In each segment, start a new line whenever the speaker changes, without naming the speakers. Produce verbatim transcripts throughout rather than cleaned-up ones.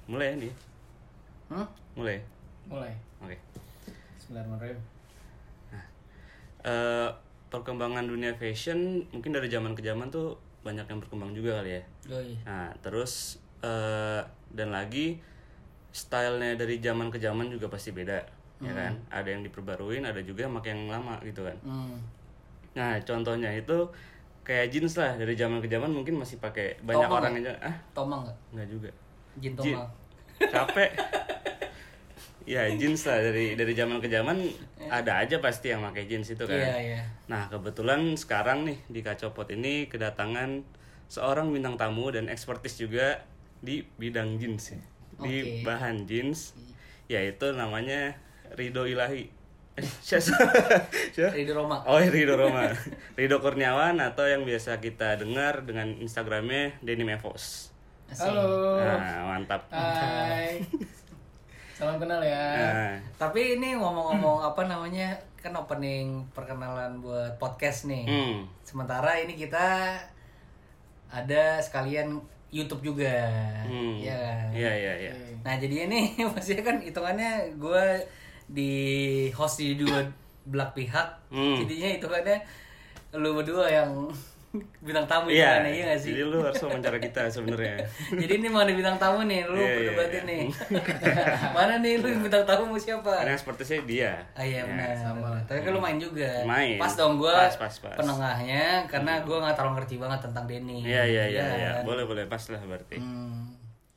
mulai nih.
Hmm?
Mulai.
Mulai.
Oke. Okay.
Bismillahirrahmanirrahim.
Nah, uh, perkembangan dunia fashion mungkin dari zaman ke zaman tuh banyak yang berkembang juga kali ya.
Oh, iya.
Nah, terus uh, dan lagi stylenya dari zaman ke zaman juga pasti beda, hmm. ya kan? Ada yang diperbaruin, ada juga yang pakai yang lama gitu kan.
Hmm.
Nah, contohnya itu kayak jeans lah, dari zaman ke zaman mungkin masih pakai banyak
Tomang
orang
gak?
yang ah
Tomang nggak?
nggak juga.
Jin Tomang.
Capek. Ya jeans lah, dari dari zaman ke zaman ada aja pasti yang pakai jeans itu kan.
Iya, iya.
Nah, kebetulan sekarang nih di Kacopot ini kedatangan seorang bintang tamu dan ekspertis juga di bidang jeans ya. Di
Oke.
bahan jeans, yaitu namanya Ridho Ilahi. Eh, siapa? Siapa?
Ridho Roma.
Oh, Ridho Roma. Ridho Kurniawan atau yang biasa kita dengar dengan Instagramnya Denim Evos.
Asik.
Halo.
Nah, mantap.
Hai. Salam kenal ya.
Nah,
Tapi ini ngomong-ngomong apa namanya, kan opening perkenalan buat podcast nih.
hmm.
Sementara ini kita ada sekalian YouTube juga,
Hmm.
ya kan?
Iya, iya, iya.
Nah jadi ini maksudnya kan hitungannya gue di host di dua belah pihak,
Hmm.
jadinya hitungannya lu berdua yang bintang tamu
Iya,
hitungannya, iya nggak sih?
jadi lu harus wawancara kita sebenarnya.
Jadi ini mana bintang tamu nih, lu
Iya, iya,
perdebatin
iya.
nih. Mana nih lu bintang tamu mau siapa?
Karena sepertinya dia.
Ah iya
Ya,
benar.
sama.
Tapi kan lu main juga.
Main.
Pas dong gue
Pas, pas, pas.
penengahnya karena gue nggak terlalu ngerti banget tentang Denny.
Iya, iya, iya, iya.
kan?
Boleh, boleh, pas lah berarti.
Hmm.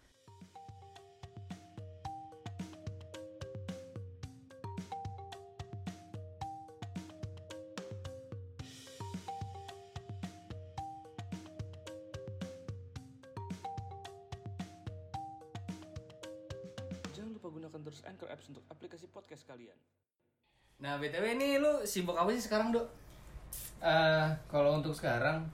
Jangan lupa gunakan terus Anchor Apps untuk aplikasi podcast kalian.
Nah B T W ini lu sibuk apa sih sekarang, Dok?
Eh, kalau untuk sekarang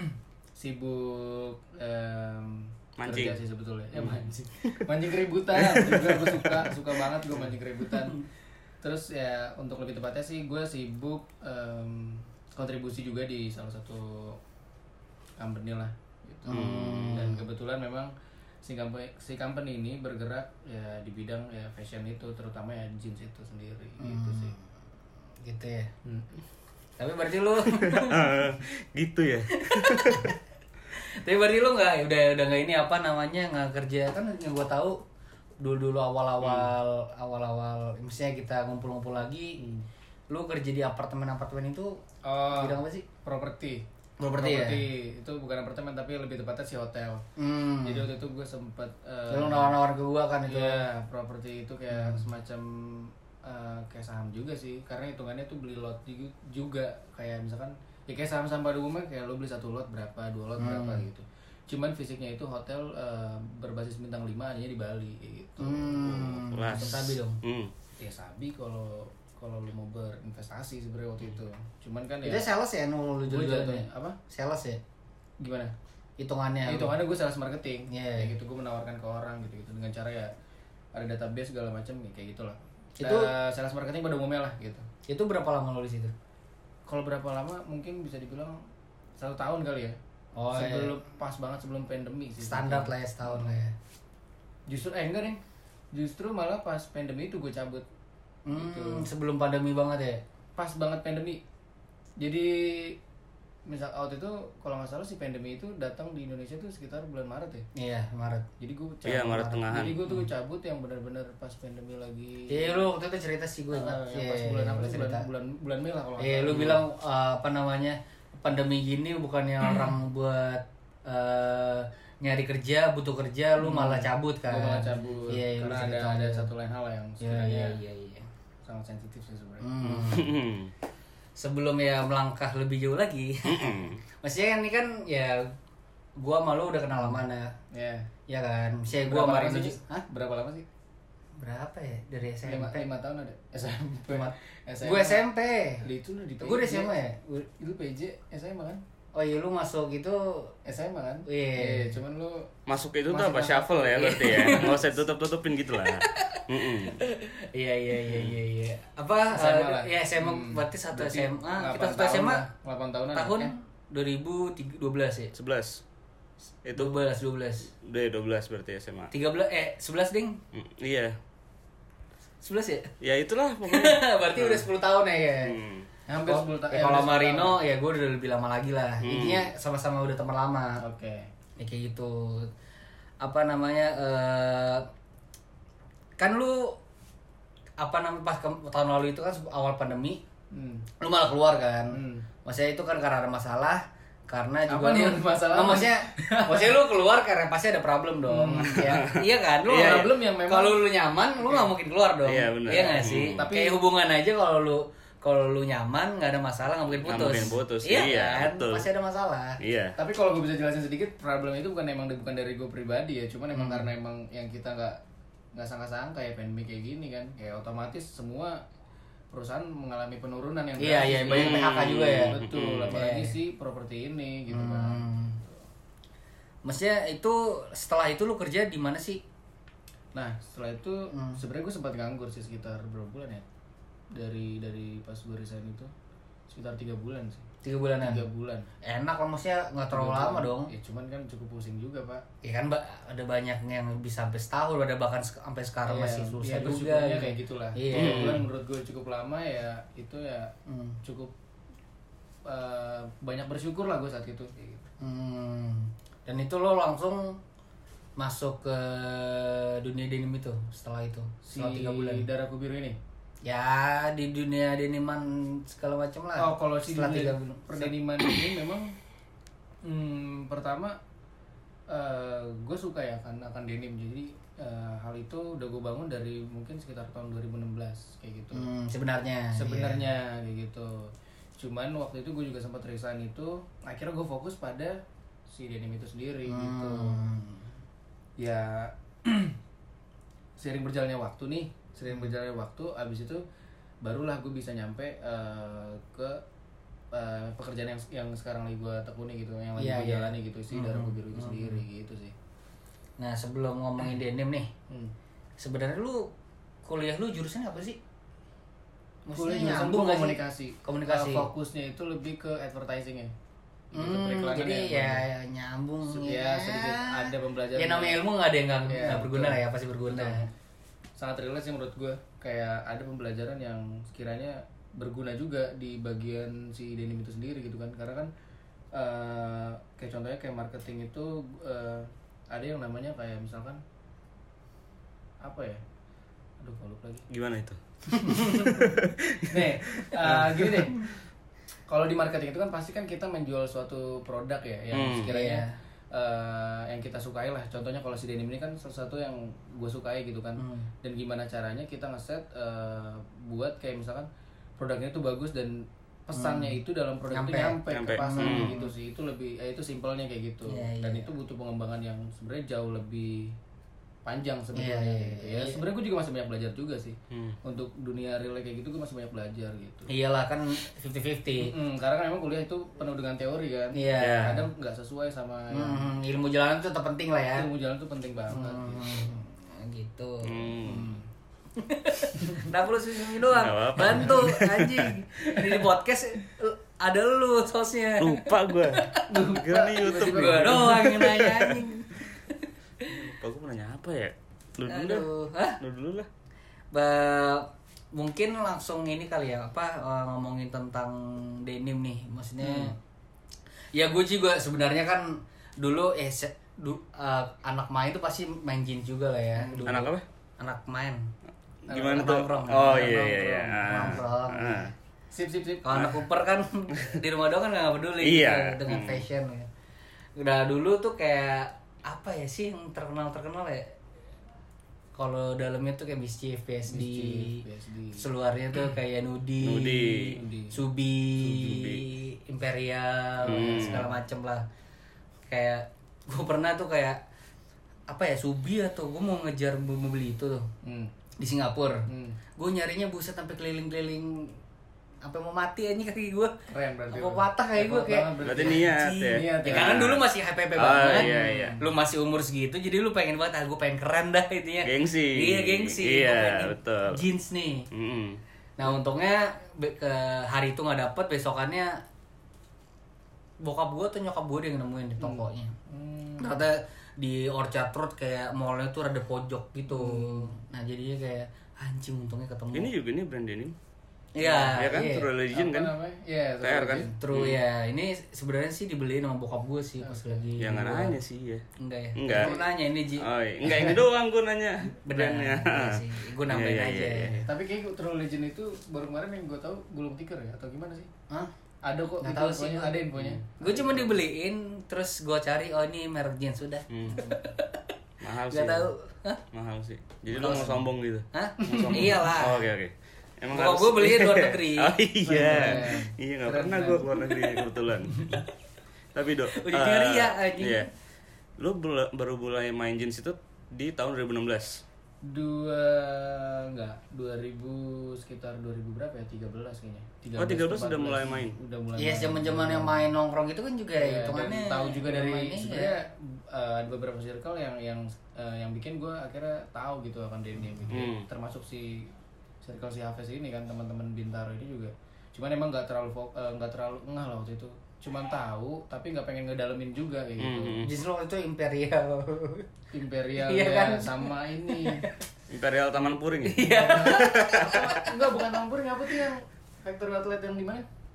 sibuk em,
Mancing.
kerja sih sebetulnya. Ya mancing. Mancing keributan juga gue suka, suka banget gue mancing keributan. Terus ya untuk lebih tepatnya sih gue sibuk em, kontribusi juga di salah satu company lah gitu.
Hmm.
Dan kebetulan memang si company, si company ini bergerak ya di bidang ya fashion itu, terutama ya jeans itu sendiri gitu sih.
Gitu ya.
Hmm.
Tapi berarti lu
Gitu ya.
Tapi berarti lu nggak udah udah nggak ini apa namanya nggak kerja kan yang gue tahu dulu dulu awal awal awal awal misalnya kita ngumpul ngumpul lagi lu kerja di apartemen apartemen itu
Oh,
bidang apa sih?
properti.
Properti ya?
Itu bukan apartemen tapi lebih tepatnya si hotel.
Hmm.
Jadi waktu itu gue sempet uh,
Lu nawar-nawar ke gua kan itu.
Iya, properti itu kayak semacam uh, kayak saham juga sih. Karena hitungannya tuh beli lot ju- juga kayak misalkan ya kayak saham-saham pada umumnya kayak lo beli satu lot berapa, dua lot
Hmm.
berapa gitu. Cuman fisiknya itu hotel uh, berbasis bintang lima adanya di Bali gitu.
Hmm.
Kelas.
Sabi dong.
Hmm.
Ya sabi kalau kalau lu mau berinvestasi sebenarnya waktu itu. Cuman kan
Itu
ya
sales ya nu lu
gue
jual
jatuhnya apa?
Sales ya?
Gimana?
Hitungannya.
Ya, hitungannya gue sales marketing,
Iya.
kayak gitu gue menawarkan ke orang gitu gitu dengan cara ya ada database segala macam ya, kayak gitulah.
Itu-
Nah, sales marketing pada umumnya lah gitu.
Itu berapa lama lu di situ?
Kalau berapa lama mungkin bisa dibilang satu tahun kali ya.
Oh,
sebelum pas banget sebelum pandemi sih.
Standar lah ya setahun lah ya.
Justru eh enggak nih. Justru malah pas pandemi itu gue cabut.
Hmm,
Gitu.
sebelum pandemi banget ya.
Pas banget pandemi. Jadi misal waktu itu kalau nggak salah si pandemi itu datang di Indonesia tuh sekitar bulan Maret ya.
Iya, Maret.
Jadi gue cabut.
Iya, Maret tengahan.
Jadi gue tuh cabut yang benar-benar pas pandemi lagi.
Iya, lu waktu itu cerita sih gue ingat.
Uh, yang
Iya,
pas bulan apa
lu
sih?
cerita.
bulan, bulan bulan Mei lah kalau nggak
Iya,
salah.
lu bilang uh, apa namanya? Pandemi gini bukannya orang buat uh, nyari kerja, butuh kerja, lu malah cabut kan.
Gue malah cabut.
Iya, lu
karena ada
cerita.
ada satu lain hal yang
Iya,
sebenarnya
iya, iya, iya.
sangat sensitif sih sebenarnya.
Hmm. Sebelum ya melangkah lebih jauh lagi. Maksudnya ini kan ya gua sama lu udah kenal lama nah.
Ya.
Ya kan? Misalnya gua
Berapa
sama
lama
Rino
sih?
juga. Hah?
Berapa lama sih?
Berapa ya? Dari S M P.
Lima, lima tahun ada. S M P.
Lima-
S M A.
Gua S M P.
Di itu lu di P J.
Gua udah S M A ya?
Itu P J S M A kan?
Oh iya lu masuk itu
S M A kan?
Iya.
cuman lu
Masuk itu tuh
Masuk
apa
masuk.
shuffle ya berarti ya. Enggak usah tutup-tutupin gitu lah. Mm-mm.
Iya iya iya iya iya. Apa
S M A
eh,
lah.
ya S M A
Hmm.
berarti satu
Berarti
S M A. Kita
delapan
satu S M A
tahun lah. delapan tahunan
tahun
ya?
dua ribu dua belas ya.
sebelas. Itu
dua belas dua belas
udah dua belas berarti S M A.
tiga belas eh sebelas ding.
Hmm, iya.
sebelas ya?
Ya itulah pokoknya.
Berarti udah sepuluh tahun ya ya.
Hmm.
Hampir sepuluh ta-
Ya,
eh,
kalau
udah sepuluh
Marino ya gue udah lebih lama lagi lah.
Hmm.
Intinya sama-sama udah teman lama.
Oke.
Ya kayak gitu. Apa namanya eh kan lu apa namanya pas ke- tahun lalu itu kan awal pandemi,
Hmm.
lu malah keluar kan.
Hmm.
Maksudnya itu kan karena ada masalah, karena
Apa
juga
nih
lu,
yang masalah?
Nggak, maksudnya maksudnya lu keluar karena pasti ada problem dong. Ya, iya kan? Lu
Iya,
problem yang memang-
kalau lu nyaman, lu nggak mungkin keluar dong.
Iya, benar.
nggak sih?
Hmm.
Tapi kayak hubungan aja kalau lu kalau lu nyaman nggak ada masalah nggak mungkin
Nggak
putus.
mungkin putus,
Iya,
iya,
kan?
betul.
Pasti ada masalah.
Iya.
Tapi kalau gue bisa jelasin sedikit, problem itu bukan emang bukan dari gue pribadi ya, cuman emang
Hmm.
karena emang yang kita nggak nggak sangka-sangka ya pandemi kayak gini kan, kayak otomatis semua perusahaan mengalami penurunan yang
Iya, iya,
drastis.
banyak P H K juga ya.
Betul,
Hmm.
apalagi
Iya.
sih properti ini gitu kan.
Hmm. Maksudnya itu setelah itu lu kerja di mana sih?
Nah setelah itu
Hmm.
sebenarnya gue sempat nganggur sih sekitar berapa bulan ya, dari dari pas gue resign itu sekitar tiga bulan sih.
Tiga bulanan.
Tiga bulan.
Enak lah, maksudnya nggak terlalu
Tiga
lama
bulan.
dong.
Ya cuman kan cukup pusing juga pak.
Ya kan ba- ada banyak yang bisa sampai setahun, ada bahkan sek- sampai sekarang
Iya,
masih susah
ya,
juga.
bersyukurnya
gitu.
kayak gitulah.
Iya.
Tiga bulan menurut gue cukup lama ya, itu ya
Hmm.
cukup uh, banyak bersyukur lah gue saat itu.
Hmm. Dan itu lo langsung masuk ke dunia denim itu setelah itu,
Si
setelah tiga bulan.
Darahku Biru ini.
Ya di dunia deniman segala macam lah.
Oh kalau si
setelah tiga
dunia
bulan.
perdeniman ini memang hmm, pertama uh, gue suka ya kan akan denim, jadi uh, hal itu udah gue bangun dari mungkin sekitar tahun dua ribu enam belas kayak gitu.
Hmm, sebenarnya.
Sebenarnya kayak gitu. Cuman waktu itu gue juga sempat resign itu, akhirnya gue fokus pada si denim itu sendiri
Iya.
gitu.
Hmm.
Ya sering berjalannya waktu nih, sering berjalannya waktu, abis itu barulah gue bisa nyampe uh, ke uh, pekerjaan yang yang sekarang lagi gue tekuni gitu, yang lagi
Iya,
gue
iya.
jalani gitu sih,
Hmm,
Darahku Biru itu
hmm,
sendiri gitu sih.
Nah sebelum ngomongin denim nih,
Hmm.
sebenarnya lu kuliah lu jurusan apa sih?
Kuliah
Maksudnya
jurusan
nyambung
gue
nggak sih?
komunikasi.
Komunikasi.
Uh, fokusnya itu lebih ke advertising ya. Gitu,
Hmm,
periklanan
jadi
ya,
ya,
Bang.
ya nyambung
Ya, sedikit ada pembelajaran.
Ya namanya ilmu nggak ada yang nggak
Iya,
nggak berguna
betul.
lah ya, pasti berguna.
Betul. Sangat relate sih menurut gue, kayak ada pembelajaran yang sekiranya berguna juga di bagian si denim itu sendiri gitu kan, karena kan uh, kayak contohnya kayak marketing itu uh, ada yang namanya kayak misalkan apa ya, aduh kalau lupa lagi.
Gimana itu?
Nih, uh, gini deh. Kalau di marketing itu kan pasti kan kita menjual suatu produk ya yang
Hmm,
sekiranya
iya.
uh, yang kita sukai lah. Contohnya kalau si denim ini kan salah satu yang gue sukai gitu kan.
Hmm.
Dan gimana caranya kita ngeset uh, buat kayak misalkan produknya itu bagus dan pesannya itu dalam produk
Nyampe.
itu nyampe,
Nyampe.
ke pasar
Hmm.
kayak gitu sih. Itu lebih eh, itu simpelnya kayak gitu.
Iya,
Dan
iya.
itu butuh pengembangan yang sebenarnya jauh lebih panjang
Iya,
sebetulnya
iya,
gitu ya.
iya.
Sebenarnya gue juga masih banyak belajar juga sih.
Hmm.
Untuk dunia real kayak gitu gue masih banyak belajar gitu.
Iyalah kan fifty fifty.
Mm, karena kan memang kuliah itu penuh dengan teori kan.
Iya.
Iya.
Kadang nggak sesuai sama yang
Hmm, ilmu jalanan itu tetap penting lah ya.
ilmu jalan itu penting banget. gitu.
Hmm, gitu.
Hmm.
Kenapa lu sini doang?
Nggak apa-apa.
Bantu anjing. Di podcast eh, ada lu sosnya.
Lupa gue. Kira nih YouTube nih.
Gua doang yang nanya anjing.
Lupa gue mau nanya apa ya? Lu dulu dah.
Aduh, hah?
Lu dulu lah.
Ba- mungkin langsung ini kali ya, apa eh, ngomongin tentang denim nih, maksudnya ya gue juga sebenarnya kan dulu eh se- du, eh, anak main tuh pasti main jeans juga lah ya dulu.
Anak apa?
Anak main.
Gimana
Anak
tuh?
nongkrong.
Oh
Anak
iya iya iya.
nongkrong.
Ah.
Nongkrong.
Ah.
Sip sip sip.
Kalau anak Cooper kan di rumah doang kan nggak peduli
Iya.
gitu, dengan
Hmm.
fashion ya. Udah dulu tuh kayak apa ya sih yang terkenal terkenal ya? Kalau dalamnya tuh kayak Mischief, P S D,
Mischief, P S D.
seluarnya tuh kayak Nudi,
Nudi.
Nudi.
Subi,
Subi.
Imperial,
Hmm.
segala macem lah. Kayak gue pernah tuh kayak apa ya Subi atau gue mau ngejar mau beli itu tuh
Hmm.
di Singapura.
Hmm.
Gue nyarinya buset sampai keliling-keliling sampai mau mati aja kaki gue.
Keren berarti.
Apa
lu.
patah kayak
Effort
gue kayak.
banget
Berarti niat
anjing.
ya.
Niat
Ya
ya.
karena dulu masih H P P
Oh,
banget.
iya, iya.
Lu masih umur segitu jadi lu pengen banget ah gue pengen keren dah intinya.
Gengsi.
Iya, gengsi. Gua
Iya,
pengen
betul.
Jeans nih.
Mm-mm.
Nah, untungnya be- ke hari itu nggak dapet, besokannya bokap gue atau nyokap gue dia yang nemuin di tokonya.
Hmm.
Ternyata di Orchard Road kayak mallnya tuh rada pojok gitu. Hmm. Nah jadinya kayak anjing untungnya ketemu.
Ini juga nih brand denim.
Iya,
ya kan,
iya.
True Religion kan?
Iya,
T R kan?
True hmm. ya. Ini sebenarnya sih dibeliin sama bokap gue sih pas lagi.
Ya nggak nanya sih ya.
Enggak ya.
Enggak.
Gue nanya ini Ji.
Oh, iya. Enggak ini doang gue nanya.
Brandnya. Iya sih. Gue nambahin
Iya, iya,
aja.
iya, iya.
Tapi kayak True Legend itu baru kemarin yang gue tahu gulung tikar ya atau gimana sih?
Hah?
Ada kok
Nggak
itu
tahu sih.
infonya, ada infonya.
Gue cuma dibeliin terus gue cari oh ini merek jeans sudah.
Hmm. Mahal sih.
Gak tahu. Hah?
Mahal sih. Jadi lu mau sombong gitu.
Hah?
Mau sombong.
Iyalah.
Oh, oke oke. Emang
Kalau
harus-
gue beliin luar negeri.
Oh iya.
Keren.
Iya enggak
Keren,
pernah
keren.
gue keluar negeri kebetulan. Tapi Dok,
Ujungnya
eh,
ria, anjing.
Iya. Lu bela- baru mulai main jeans itu di tahun dua ribu enam belas.
Dua enggak, dua ribu sekitar dua ribu berapa ya? tiga belas kayaknya.
Oh, tiga belas
ke
udah
empat belas.
mulai main.
Udah mulai.
Iya,
main.
zaman-zaman yang main nongkrong itu kan juga
Iya,
hitungannya.
dan tahu juga dari
mainnya
sebenarnya
ya.
uh, ada beberapa circle yang yang uh, yang bikin gue akhirnya tahu gitu akan denim gitu.
Hmm.
Termasuk si circle si Hafiz ini kan teman-teman Bintaro ini juga. Cuman emang nggak terlalu fok- uh, nggak terlalu ngeh lah waktu itu. Cuman tahu tapi nggak pengen ngedalemin juga kayak gitu.
Hmm.
Jeans lo itu imperial.
Imperial
Iya
ya,
kan?
sama ini.
Imperial Taman Puring ya?
Iya.
Enggak, bukan Tampur, apa tuh yang factory outlet yang di mana?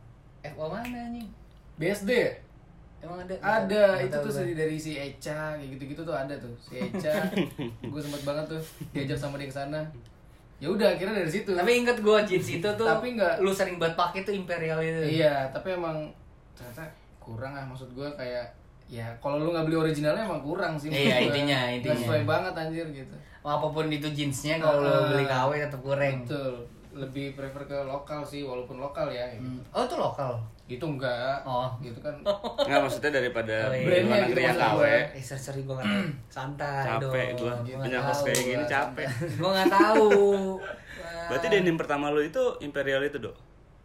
F O mana anjing?
B S D.
Emang ada?
Ada,
Nggak
itu
tahu
tuh
gua.
si- dari si Eca kayak gitu-gitu tuh ada tuh. Si Eca. Gue sempet banget tuh diajak sama dia ke sana. Ya udah akhirnya dari situ.
Tapi inget gue jeans itu tuh.
Tapi nggak-
Lu sering banget pakai tuh imperial itu.
Iya, tapi emang ternyata kurang ah, maksud gue kayak ya kalau lu nggak beli originalnya emang kurang sih.
Iya,
menurut gua.
intinya,
Nggak
intinya.
sesuai banget anjir gitu.
Apapun itu jeansnya kalau lu
Ah,
beli K W tetap kurang.
Betul. Lebih prefer ke lokal sih walaupun lokal ya kayak gitu.
Hmm. Oh itu lokal.
Itu enggak.
Oh.
Gitu kan.
Enggak, maksudnya daripada
Oh, iya.
luar
Brandnya
negeri
gitu
yang K
maksud
W.
gua.
Eh sorry gue nggak tahu. Santai
Capek
dong.
gua.
Gua
Punya
nggak
kos
tahu.
kayak gini capek.
Gue nggak tahu.
Berarti denim pertama lu itu Imperial itu, Dok?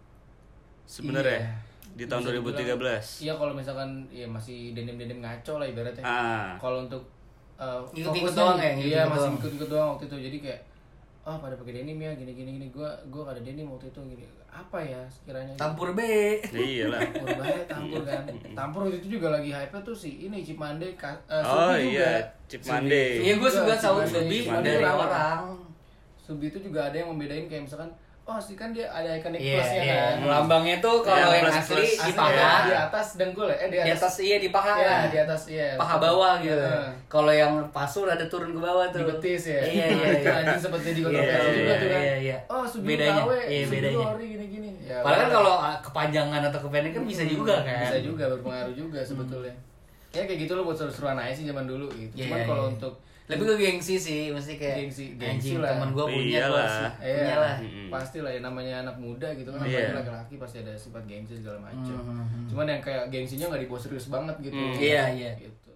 Sebenarnya
Iya.
di tahun
Bisa
dua ribu tiga belas.
Iya kalau misalkan ya masih denim-denim ngaco lah ibaratnya.
Ah.
Kalau untuk uh,
Ngikut-ngikut
fokusnya
doang
nih,
ya,
iya
ngikut-ngikut
masih
doang.
ngikut-ngikut doang waktu itu. Jadi kayak oh pada pakai denim ya gini gini gini. Gua gua ada denim waktu itu gini. Apa ya sekiranya?
Tampur B.
Iya lah.
Tampur banget, tampur kan. Tampur waktu itu juga lagi hype tuh si ini Chip Mande, uh,
Oh
Subi juga.
iya, Chip Mande.
Iya gue juga
Chip
tahu
Mande.
Subi
Chip Mande
dari
rame.
orang.
Subi itu juga ada yang membedain kayak misalkan oh sih kan dia ada iconic
Iya,
plusnya
iya.
kan.
Lambangnya tuh kalau
Iya,
yang
plus,
asli
plus.
di
Asli
paha.
ya, di atas dengkul ya, eh di
Di
atas,
atas iya di paha.
ya di atas iya.
Paha bawah gitu.
Heeh.
Kalau yang pasur ada turun ke bawah tuh.
Di betis ya.
Iya iya
Itu
iya.
anjing seperti di kota
Iya,
Versi juga
iya,
tuh kan.
iya, iya.
Oh, Subi
Bedanya,
K W,
iya,
Subi
bedanya.
ori gini-gini. Ya,
Padahal kan
bener.
kalau ah, kepanjangan atau kependekan bisa juga kan.
bisa juga berpengaruh juga sebetulnya. Ya kayak gitu loh buat seru-seruan aja sih zaman dulu gitu.
Iya,
Cuman
iya,
kalau
iya.
untuk
Lebih ke gengsi sih, mesti kayak
Gengsi- gengsi
anjing
lah.
temen gue punya, gue
Iyalah.
harus
Iya,
punya lah.
Mm-mm.
pasti lah ya namanya anak muda gitu kan,
Iya.
apalagi laki-laki pasti ada sifat gengsi segala macam.
Hmm.
Cuman yang kayak gengsinya nggak dibawa serius banget gitu.
Hmm.
Iya, iya.
Gitu.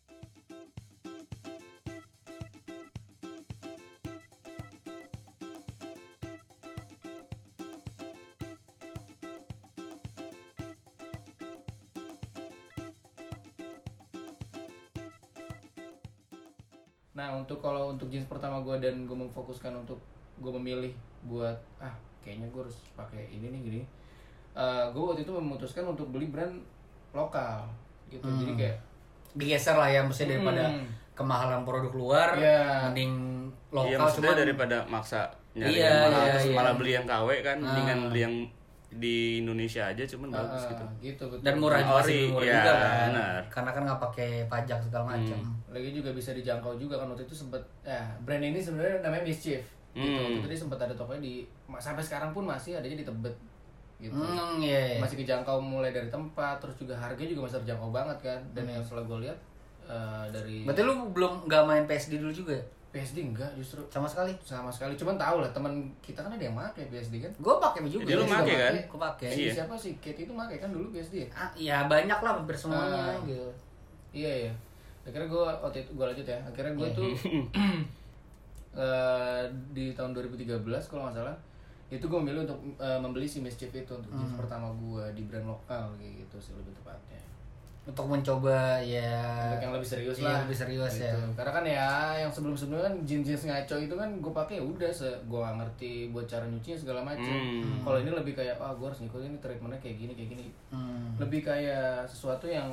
Nah untuk kalau untuk jeans pertama gue dan gue memfokuskan untuk gue memilih buat ah kayaknya gue harus pakai ini nih gini. Gue waktu itu memutuskan untuk beli brand lokal gitu.
Hmm.
Jadi kayak
Digeser lah ya, mesti daripada
Hmm.
kemahalan produk luar,
Iya.
mending lokal.
Iya, maksudnya
cuman
daripada maksa nyari
Iya,
yang mahal
iya,
terus
iya.
malah beli yang K W kan,
Ah.
mendingan beli yang di Indonesia aja cuman bagus
ah,
gitu.
gitu betul.
dan murah juga
Ori,
sih, murah
iya,
juga kan.
benar.
Karena kan nggak pakai pajak segala macam.
Lagi juga bisa dijangkau juga kan waktu itu sempet ya brand ini sebenarnya namanya Mischief gitu.
Hmm.
Waktu itu dia sempat ada tokonya di sampai sekarang pun masih adanya di Tebet gitu.
Hmm, iya. iya.
Masih kejangkau mulai dari tempat, terus juga harganya juga masih terjangkau banget kan. Dan yang setelah gue lihat eh, dari
Berarti lu belum nggak main P S D dulu juga ya?
P S D enggak justru
Sama sekali.
sama sekali. Cuman tahu lah teman kita kan ada yang pakai P S D kan.
Gue pakai juga.
Jadi lu
juga
make kan?
Gue pakai.
Si
Iya.
siapa sih Kate itu pakai kan dulu P S D ya?
Ah, ya banyak lah hampir semuanya
Ah.
gitu.
Iya iya. Akhirnya gue waktu itu gue lanjut ya. Akhirnya gue
Iya.
tuh eh, di tahun dua ribu tiga belas kalau nggak salah itu gue memilih untuk eh, membeli si Mischief itu untuk jeans
Hmm.
pertama gue di brand lokal kayak gitu sih lebih tepatnya.
untuk mencoba ya
untuk yang lebih serius
iya,
lah
lebih serius
gitu.
ya.
Karena kan ya yang sebelum sebelumnya kan jeans-jeans ngaco itu kan gue pakai ya udah se gue gak ngerti buat cara nyucinya segala macam.
Hmm.
Kalau ini lebih kayak ah gue harus ngikutin ini treatmentnya kayak gini kayak gini.
Hmm.
Lebih kayak sesuatu yang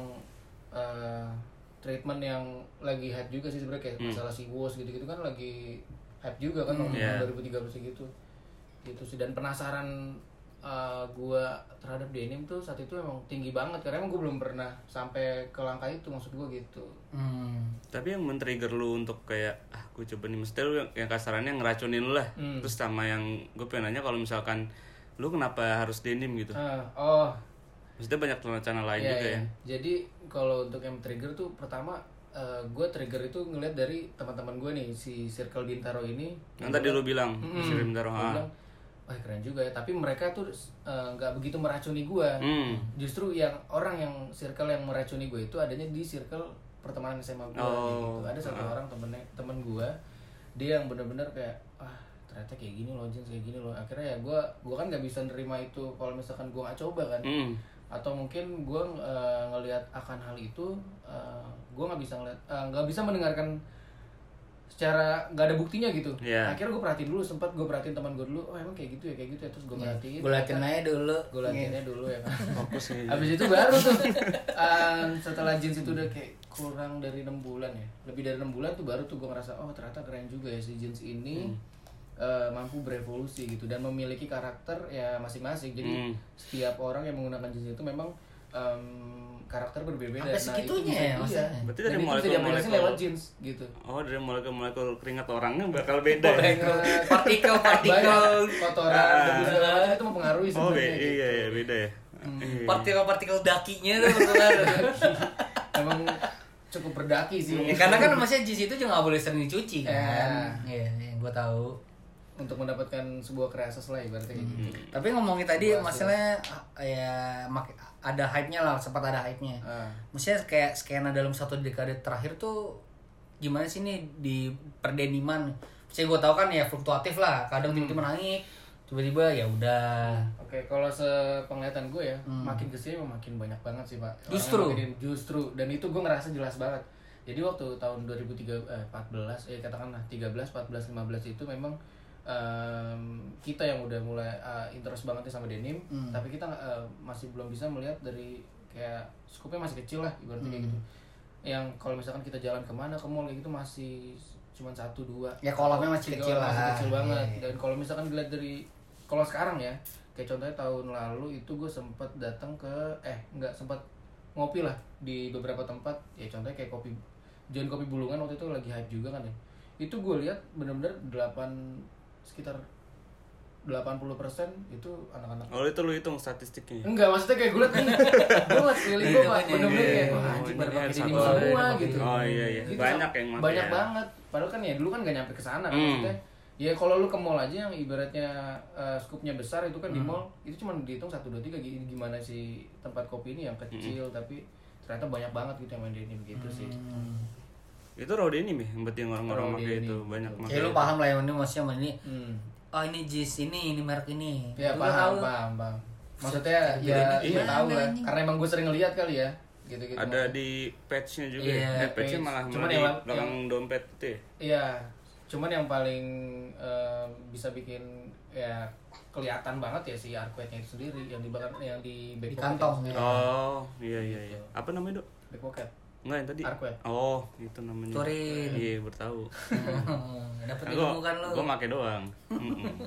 uh, treatment yang lagi hype juga sih sebenarnya kayak
Hmm.
masalah si wash gitu-gitu kan lagi hype juga kan
Hmm,
tahun
yeah.
dua ribu tiga belas gitu. Gitu sih dan penasaran uh, gua terhadap denim tuh saat itu emang tinggi banget karena emang gue belum pernah sampai ke langkah itu maksud gua gitu.
Hmm.
Tapi yang men-trigger lu untuk kayak ah gue coba nih mesti lu yang, yang kasarannya ngeracunin lu lah.
Hmm.
Terus sama yang gue pengen nanya kalau misalkan lu kenapa harus denim gitu?
Uh, oh
Maksudnya banyak channel lain
iya,
juga
iya.
ya.
Jadi kalau untuk yang trigger tuh pertama uh, gue trigger itu ngeliat dari teman-teman gue nih si Circle Bintaro ini.
Yang tadi lu bilang,
Mm-mm.
si Bintaro,
Gua
ah.
bilang, wah keren juga ya. Tapi mereka tuh nggak uh, begitu meracuni gue.
Hmm.
Justru yang orang yang circle yang meracuni gue itu adanya di circle pertemanan S M A gue.
Oh.
Gitu. Ada satu
Ah.
orang temennya temen gue, dia yang bener-bener kayak ah ternyata kayak gini loh jeans kayak gini loh. Akhirnya ya gue gue kan nggak bisa nerima itu kalau misalkan gue nggak coba kan.
Hmm.
Atau mungkin gue uh, ngelihat akan hal itu uh, gue nggak bisa ngeliat nggak uh, bisa mendengarkan secara nggak ada buktinya gitu.
Yeah.
Akhirnya gue perhatiin dulu, sempat gue perhatiin teman gue dulu, oh emang kayak gitu ya kayak gitu ya terus gue perhatiin.
Gue latihan aja dulu.
Gue latihannya dulu ya kan.
Fokus ya.
Abis itu baru tuh uh, setelah jeans itu udah kayak kurang dari enam bulan ya, lebih dari enam bulan tuh baru tuh gue ngerasa oh ternyata keren juga ya si jeans ini. Hmm. Uh, mampu berevolusi gitu dan memiliki karakter ya masing-masing. Jadi
Hmm.
setiap orang yang menggunakan jeans itu memang um, karakter berbeda.
Sampai segitunya ya,
iya.
maksudnya.
Berarti
Dan
dari
itu
molekul-
bisa diaplikasikan
molekul-
lewat jeans gitu.
Oh, dari molekul-molekul keringat orangnya bakal beda ya.
Banyak
Partikel-partikel.
banyak kotoran
Ah.
debu segala macam itu mempengaruhi
Oh, be-
sebenarnya.
iya iya beda ya.
Hmm.
Iya.
Partikel-partikel dakinya tuh berpengaruh.
Emang cukup berdaki sih.
Ya, karena kan maksudnya jeans itu juga nggak boleh sering dicuci kan.
Ya.
Iya, yang gue tahu.
Untuk mendapatkan sebuah kreasis lah ibaratnya kayak gitu.
Tapi ngomongin tadi
Bahas
masalahnya ya mak- ada hype-nya lah, sempat ada hype-nya.
Ah.
Maksudnya kayak skena dalam satu dekade terakhir tuh gimana sih nih di perdeniman? Maksudnya gue tahu kan ya fluktuatif lah, kadang tiba-tiba naik, tiba-tiba ya udah.
Oke, kalau sepenglihatan gue ya,
Hmm.
makin kesini makin banyak banget sih pak. Orang
Justru?
yang makin- justru, dan itu gue ngerasa jelas banget. Jadi waktu tahun dua ribu tiga, eh, empat belas, eh katakanlah tiga belas, empat belas, lima belas itu memang um, kita yang udah mulai uh, interest banget nih sama denim,
Hmm.
tapi kita uh, masih belum bisa melihat dari kayak skupnya masih kecil lah ibaratnya kayak
Hmm.
gitu. Yang kalau misalkan kita jalan kemana ke mall kayak gitu masih cuma satu dua.
Ya, kolamnya masih
Tiga
kecil
orang, masih
lah.
kecil banget.
Iya.
Dan kalau misalkan dilihat dari kalau sekarang ya, kayak contohnya tahun lalu itu gue sempat datang ke eh nggak sempat ngopi lah di beberapa tempat. Ya contohnya kayak kopi John Kopi Bulungan waktu itu lagi hype juga kan ya. Itu gue lihat benar-benar delapan sekitar delapan puluh persen itu anak-anak.
Oh, itu lu hitung statistiknya.
Enggak, maksudnya kayak gue liat nih, gue ngeliat sekeliling gue pak, bener-bener kayak wah
Oh,
anjing
ini
pada pakai
harus
denim
apa?
semua gitu.
Oh iya iya,
Gitu,
banyak yang pakai
banyak
ya.
banget. Padahal kan ya dulu kan gak nyampe ke sana kan
Hmm.
maksudnya. Ya kalau lu ke mall aja yang ibaratnya uh, skupnya besar itu kan di
Hmm.
mall itu cuma dihitung satu dua tiga gimana sih tempat kopi ini yang kecil tapi ternyata banyak banget gitu yang main denim gitu sih.
Hmm.
Itu raw denim ya, yang berarti yang orang-orang
Raw
pakai
denim.
itu banyak
Oke,
pakai.
Ya lu paham lah yang ini maksudnya ini.
Hmm.
Oh ini jeans ini, ini merek ini.
Ya
Lu
paham,
tahu.
paham, paham. Maksudnya
Jadi
ya
ini
iya
gimana
tahu lah.
anjing?
Karena emang gue sering ngeliat kali ya. Gitu-gitu.
Ada di patch-nya juga.
Iya,
ya. Eh, patch-nya
patch.
malah
Cuman
malah di
yang-
belakang dompet itu ya.
Iya, cuman yang paling eh, bisa bikin ya kelihatan banget ya si arcuate-nya itu sendiri yang di belakang yang di back
Di
pocket
kantong,
itu.
ya.
Oh, iya iya iya. Apa namanya, Dok?
Back pocket.
Enggak yang tadi.
Arcuate.
Oh, itu namanya.
Turin.
Iya, bertahu.
Dapat
Nah,
ilmu kan lu.
Gue make doang. Mm-mm.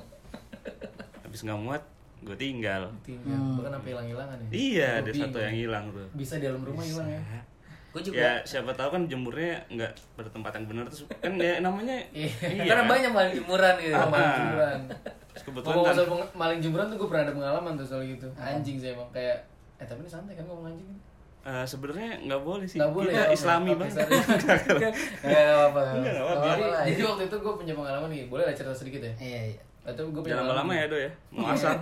Habis nggak muat, gue tinggal.
Tinggal
Hmm.
bahkan sampai hilang-hilangan ya.
Iya,
Gua
ada satu
bingung.
yang hilang tuh.
Bisa di dalam rumah hilang ya.
Gue juga.
Ya siapa tahu kan jemurnya nggak pada tempat yang benar terus kan ya namanya
Iya.
Karena
kan?
banyak maling jemuran gitu.
Ah, maling
Ah.
jemuran.
Terus kebetulan
Ngomong
kan
soal peng- maling jemuran tuh gue pernah ada pengalaman tuh soal gitu. Anjing sih emang kayak eh tapi ini santai kan ngomong anjing kan.
eh, sebenarnya nggak boleh sih.
Nggak boleh
Kita
ya, oke.
Islami
Oke,
banget.
sorry.
Enggak apa-apa.
Enggak, nggak apa-apa.
Nggak
Jadi,
apa-apa.
jadi waktu itu gue punya pengalaman nih, boleh lah cerita sedikit ya?
Iya, iya.
Atau gue punya
Jangan
pengalaman
lama-lama
nih.
ya, Do ya. Mau asar.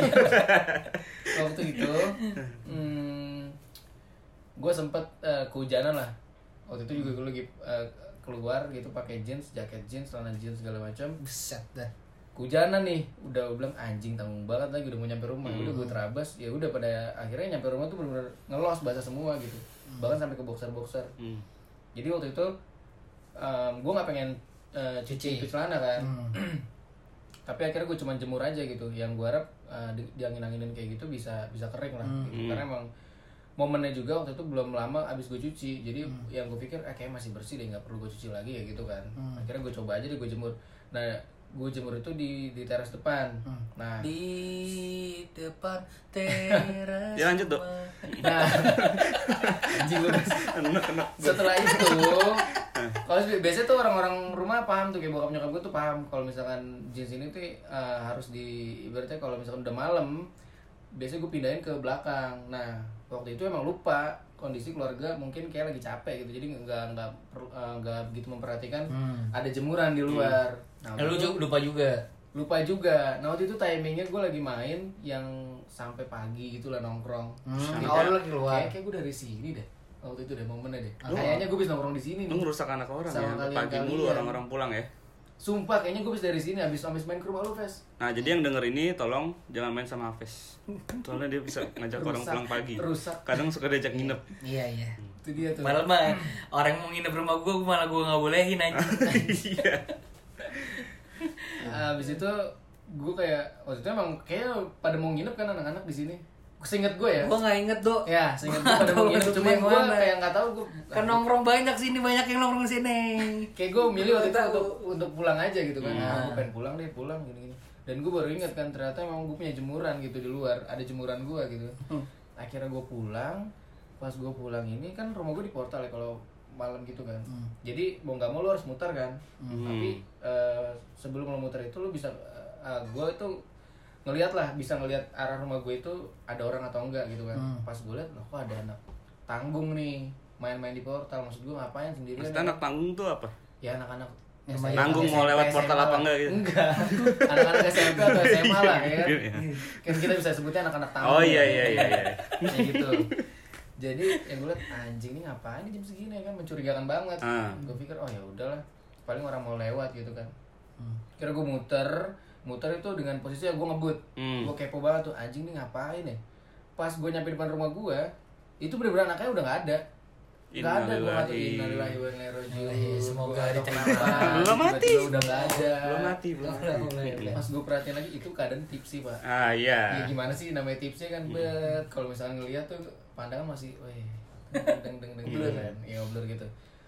Waktu itu, hmm, gue sempet uh, kehujanan lah. Waktu itu juga gue lagi uh, keluar gitu pakai jeans, jaket jeans, celana jeans segala macam.
Buset dah.
Kehujanan nih, udah gue bilang anjing tanggung banget lagi udah mau nyampe rumah, udah gue terabas, ya udah pada akhirnya nyampe rumah tuh bener-bener ngelos basah semua gitu, bahkan sampai ke boxer-boxer.
Hmm.
Jadi waktu itu um, gue nggak pengen uh, cuci itu celana kan,
Hmm.
tapi akhirnya gue cuma jemur aja gitu, yang gue harap uh, di, diangin-anginin kayak gitu bisa bisa kering lah, gitu. Karena emang momennya juga waktu itu belum lama abis gue cuci, jadi yang gue pikir eh kayak masih bersih deh, nggak perlu gue cuci lagi ya gitu kan. Akhirnya gue coba aja deh gue jemur. Nah gue jemur itu di di teras depan. Nah
Di depan teras.
Ya lanjut, Dok.
nah anjing lu Mas. Setelah itu kalau biasanya tuh orang-orang rumah paham tuh, kayak bokap nyokap gue tuh paham kalau misalkan jeans ini tuh uh, harus di ibaratnya kalau misalkan udah malam biasanya gue pindahin ke belakang. Nah waktu itu emang lupa, kondisi keluarga mungkin kayak lagi capek gitu, jadi nggak nggak nggak uh, begitu memperhatikan
Hmm.
ada jemuran di luar. Nah,
Nah, lu
waktu itu-
ju- lupa juga.
lupa juga. Nah waktu itu timingnya gue lagi main yang sampai pagi gitu lah nongkrong.
Hmm,
Kayak-
awal lu lagi keluar.
Kayak, kayak gue dari sini deh. Waktu itu deh momennya deh. Kayaknya gue bisa nongkrong di sini
Lu
nih.
ngerusak anak orang
Sama
ya. Pagi
kalian-kalian.
mulu orang-orang pulang ya.
Sumpah kayaknya gue bisa dari sini habis habis main ke rumah lu, Ves.
Nah, jadi yang denger ini tolong jangan main sama Hafiz. Soalnya dia bisa ngajak orang
Rusak,
pulang pagi.
rusak.
Kadang suka diajak nginep.
Iya iya.
Itu dia tuh.
Malah mah orang mau nginep rumah gua, gua malah gua nggak bolehin anjing.
Iya.
Habis itu gue kayak waktu itu emang kayak pada mau nginep kan anak-anak di sini. Seinget gue ya.
Gua nggak inget Dok.
Ya, seinget gue pada mau nginep.
Tahu
Cuman
yang
gue
mana.
kayak nggak tahu gue.
Kan nongkrong banyak sini, banyak yang nongkrong sini.
Kayak gue milih waktu itu
Tahu.
untuk untuk pulang aja gitu kan.
Hmm.
Ah, gue pengen pulang deh, pulang gini-gini. Dan gue baru ingat kan ternyata emang gue punya jemuran gitu di luar, ada jemuran gue gitu. Akhirnya gue pulang, pas gue pulang ini kan rumah gue di portal ya kalau malam gitu kan. Jadi mau nggak mau lo harus muter kan. Tapi eh, sebelum lo muter itu lo bisa, uh, gue itu ngelihat lah, bisa ngelihat arah rumah gue itu ada orang atau enggak gitu kan. Pas gue lihat, loh kok ada anak tanggung nih main-main di portal. Maksud gue ngapain sendirian?
Maksudnya anak tanggung tuh apa?
Ya anak-anak
Lumayan.
Tanggung mau lewat portal apa enggak gitu?
Enggak. Anak-anak S M P atau S M A lah ya kan.
Iya.
Kan kita bisa sebutnya anak-anak tamu.
Oh iya iya iya iya.
Kayak gitu. Jadi yang gue liat anjing ini ngapain jam segini ya kan, mencurigakan banget.
Ah.
Gue pikir oh ya udahlah, paling orang mau lewat gitu kan. Kira gue muter, muter itu dengan posisinya gue ngebut.
Hmm.
Gue kepo banget tuh anjing ini ngapain ya. Pas gue nyampe depan rumah gue, itu bener-bener anaknya udah nggak ada. Gak ada, gue nggak tahu innalillahi wa inna ilaihi raji'un.
Semoga
Gua nggak tahu
diterima.
kenapa,
Belum mati.
tiba-tiba udah nggak ada.
Belum mati, belum mati.
Pas gue perhatiin lagi itu keadaan tipsi pak.
Ah iya.
Ya gimana sih namanya tipsi kan, bet. Kalau misalnya ngeliat tuh pandangan masih, weh, deng deng deng blur kan, ya blur gitu.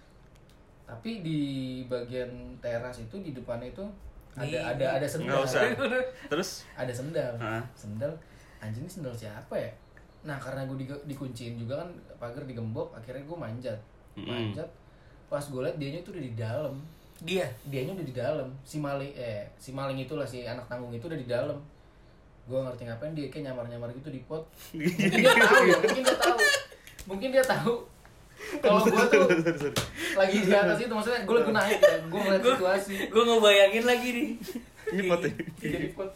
Tapi di bagian teras itu di depan itu ada
Di-
ada ada sendal.
Nggak usah. Terus
Ada sendal.
Ah.
Sendal. Anjing ini sendal siapa ya? Nah karena gue di, dikunciin juga kan, pagar digembok, akhirnya gue manjat.
Mm-mm.
Manjat. Pas gue liat dianya tuh udah di dalam.
Dia.
Dianya udah di dalam. Si maling eh si maling itulah, si anak tanggung itu udah di dalam. Gue ngerti ngapain dia kayak nyamar-nyamar gitu di pot. Mungkin dia tahu ya, mungkin dia tahu. Mungkin dia tahu. Kalau gue tuh lagi di atas itu, maksudnya gue lagi naik ya, gue ngeliat situasi.
Gua ngebayangin lagi nih.
ini foto.
Jadi pot.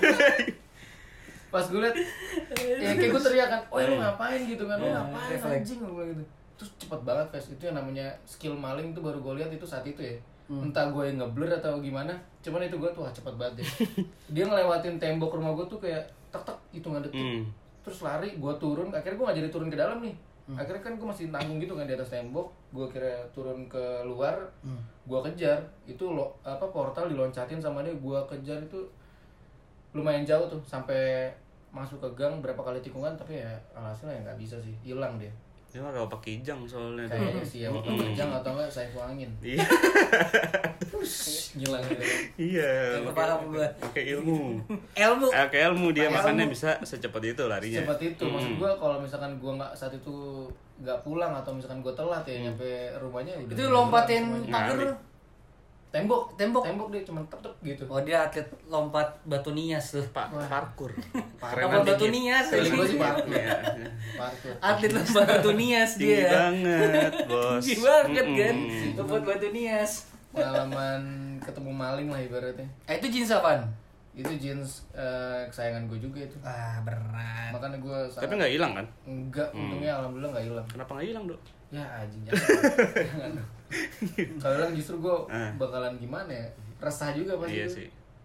Pas gue liat, ya kayak gue teriak kan, oh lu ngapain gitu kan, lu ngapain
refleks.
anjing, gue bilang gitu. Terus cepet banget Fes, itu yang namanya skill maling tuh baru gue lihat itu saat itu ya. Entah gue yang ngeblur atau gimana, cuman itu gue tuh wah cepet banget deh. Dia ngelewatin tembok rumah gue tuh kayak tek tek hitungan detik.
Hmm.
Terus lari, gue turun, akhirnya gue gak jadi turun ke dalam nih. Akhirnya kan gue masih tanggung gitu kan di atas tembok, gue kira turun ke luar, gue kejar, itu lo apa portal diloncatin sama dia, gue kejar itu lumayan jauh tuh sampai masuk ke gang berapa kali tikungan, tapi ya alhasil ya nggak bisa sih, hilang dia.
Dia mah gak pakai kijang soalnya.
Kayaknya sih ya, waktu kerjang atau enggak saya angin.
Iya.
Ngilang gitu.
Iya.
Nggak
pakai-
paham gua.
Pakai ilmu.
Ilmu.
Eh, Pakai ilmu dia
Pakai
makanya
ilmu.
bisa secepat itu larinya.
Cepat itu, maksud
Hmm.
gue kalau misalkan gue nggak saat itu nggak pulang atau misalkan gue telat ya nyampe rumahnya udah
Itu
hilang
lompatin
semuanya.
pagar.
Ngali.
tembok,
Tembok.
tembok dia cuma tep tep gitu.
Oh dia atlet lompat batu nias tuh.
Pak parkur.
Lompat batu nias.
Feeling gue sih parkur.
Iya.
Parkur.
Atlet lompat batu nias
Tinggi
dia.
banget, Bos.
Tinggi banget kan.
Mm-mm.
Lompat batu nias.
Pengalaman ketemu maling lah ibaratnya.
Eh itu jeans apaan?
Itu jeans eh, kesayangan gue juga itu.
Ah berat.
Makanya gue
Tapi nggak hilang kan?
enggak, untungnya alhamdulillah nggak hilang.
Kenapa nggak hilang, Dok?
Ya anjing jangan. Jangan dong. Kalau hilang justru gue
Ah.
bakalan gimana ya? Resah juga pasti.
Iya
itu.
sih.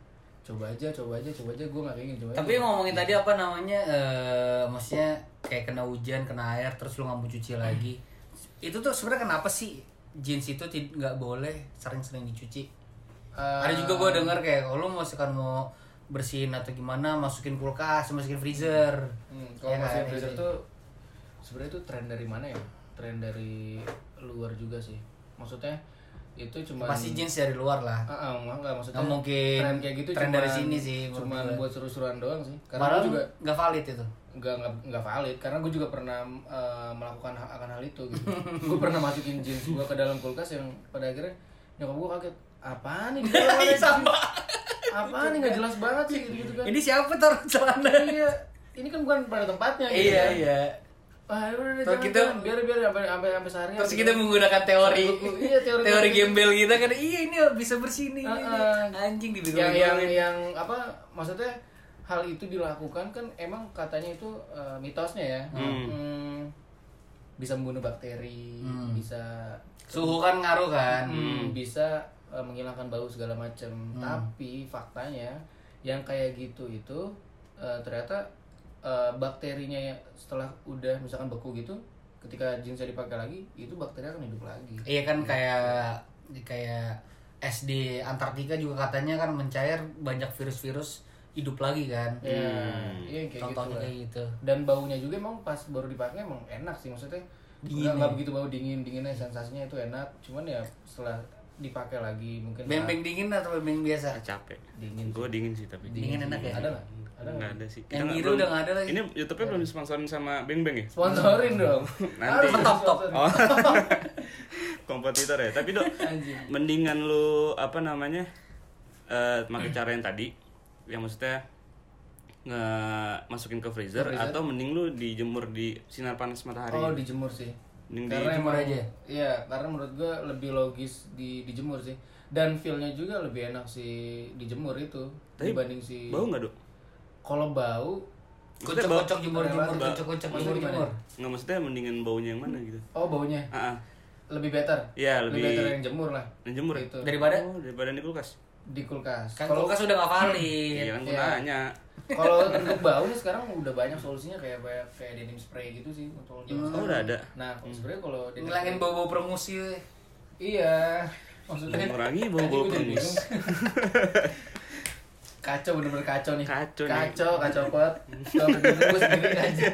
coba aja coba aja coba aja gue nggak ingin coba
Tapi
aja.
ngomongin tadi apa namanya, eh maksudnya kayak kena hujan, kena air, terus lu nggak mau cuci lagi. Itu tuh sebenarnya kenapa sih jeans itu tid- nggak boleh sering-sering dicuci?
Eh,
Ada juga gue denger kayak kalau lu misalkan mau bersihin atau gimana, masukin kulkas, masukin freezer.
Hmm, kalau
Ya
masukin
kan,
freezer
gitu.
tuh sebenarnya tuh tren dari mana ya? Tren dari luar juga sih. Maksudnya itu cuma
Pasti jeans dari luar lah.
Ah, ah, enggak, enggak maksudnya.
Nggak mungkin
tren kayak gitu
tren
cuman-
dari sini sih, menurut
Cuman
gue.
buat seru-seruan doang sih. Karena
Padahal
gue juga
nggak valid itu.
nggak nggak nggak valid karena gue juga pernah eh, melakukan ha- akan hal itu gitu. Gue pernah masukin jeans gue ke dalam kulkas yang pada akhirnya nyokap gue kaget, apaan nih di dalam ada
Sama.
apaan nih nggak jelas banget sih gitu, gitu kan.
Ini siapa taruh celana?
Iya, ini kan bukan pada tempatnya gitu
Iya
kan.
iya.
Ah, udah, udah,
Terus
jangan,
kita-
jangan. biar biar sampai sampai sampai sehari.
Terus kita menggunakan teori,
Iya, teori-
teori gembel kita kan, iya ini bisa bersih nih,
Ah,
ini.
ah.
Anjing dibego
yang yang yang apa maksudnya hal itu dilakukan kan emang katanya itu eh, mitosnya ya.
Hmm.
Hmm, bisa membunuh bakteri,
Hmm.
bisa
Suhu kan ngaruh kan.
hmm, bisa eh, menghilangkan bau segala macam. Tapi faktanya yang kayak gitu itu eh, ternyata eh, bakterinya ya setelah udah misalkan beku gitu, ketika jeansnya dipakai lagi, itu bakteri akan hidup lagi.
Iya kan kayak kayak es di Antartika juga katanya kan mencair, banyak virus-virus hidup lagi kan.
Ya,
Hmm.
iya kayak gitu.
Contohnya
lah.
kayak gitu.
Dan baunya juga emang pas baru dipakai emang enak sih, maksudnya
Dingin
nggak nggak
ya?
begitu bau dingin dinginnya, sensasinya itu enak, cuman ya setelah dipakai lagi mungkin
Beng-beng dingin atau beng biasa?
Ah, capek.
Dingin.
Gue dingin sih tapi.
Dingin enak ya?
ada nggak ada
Nggak
nggak
ada sih.
Yang
nggak-
biru
belum-
udah nggak ada lagi.
Ini YouTube-nya belum disponsorin sama Beng Beng ya?
sponsorin dong.
Nanti.
Harus
Top, top.
sponsorin.
Oh. Kompetitor ya. Tapi Dok,
Anjing.
mendingan lu apa namanya? eh pakai cara yang tadi, yang maksudnya nge masukin ke freezer,
Ke freezer?
atau mending lu dijemur di sinar panas matahari.
Oh, dijemur sih.
Mending
Karena
dijemur
emang
aja?
Iya, karena menurut gua lebih logis di dijemur sih. Dan feel-nya juga lebih enak sih dijemur itu
Tapi
dibanding si
Bau nggak, Dok?
Kalau bau
Maksudnya bau-
Kocok-kocok jemur-jemur,
Relatif.
kocok-kocok
Maksudnya
jemur-jemur.
Nggak, maksudnya mendingan baunya yang mana gitu?
oh baunya
Ah, ah.
lebih better.
Iya, lebih-
better yang jemur lah.
Yang jemur ya?
Gitu.
Daripada
Oh, daripada di kulkas.
Di kulkas.
kan
Kalau
kulkas udah nggak valid.
Iya kan gue
Iya.
nanya.
kalau untuk bau nih sekarang udah banyak solusinya, kayak kayak, kayak denim spray gitu sih untuk zaman
Oh,
sekarang.
udah ada.
Nah, sebenarnya kalau denim
Ngilangin
spray-
bau-bau promosi.
Iya. Maksudnya
Mengurangi bau-bau
Anjing, gua jadi
penis.
bingung. Kacau, bener-bener kacau nih.
Kacau nih.
Kacau, kacau banget. Kalau bener gue sendiri aja.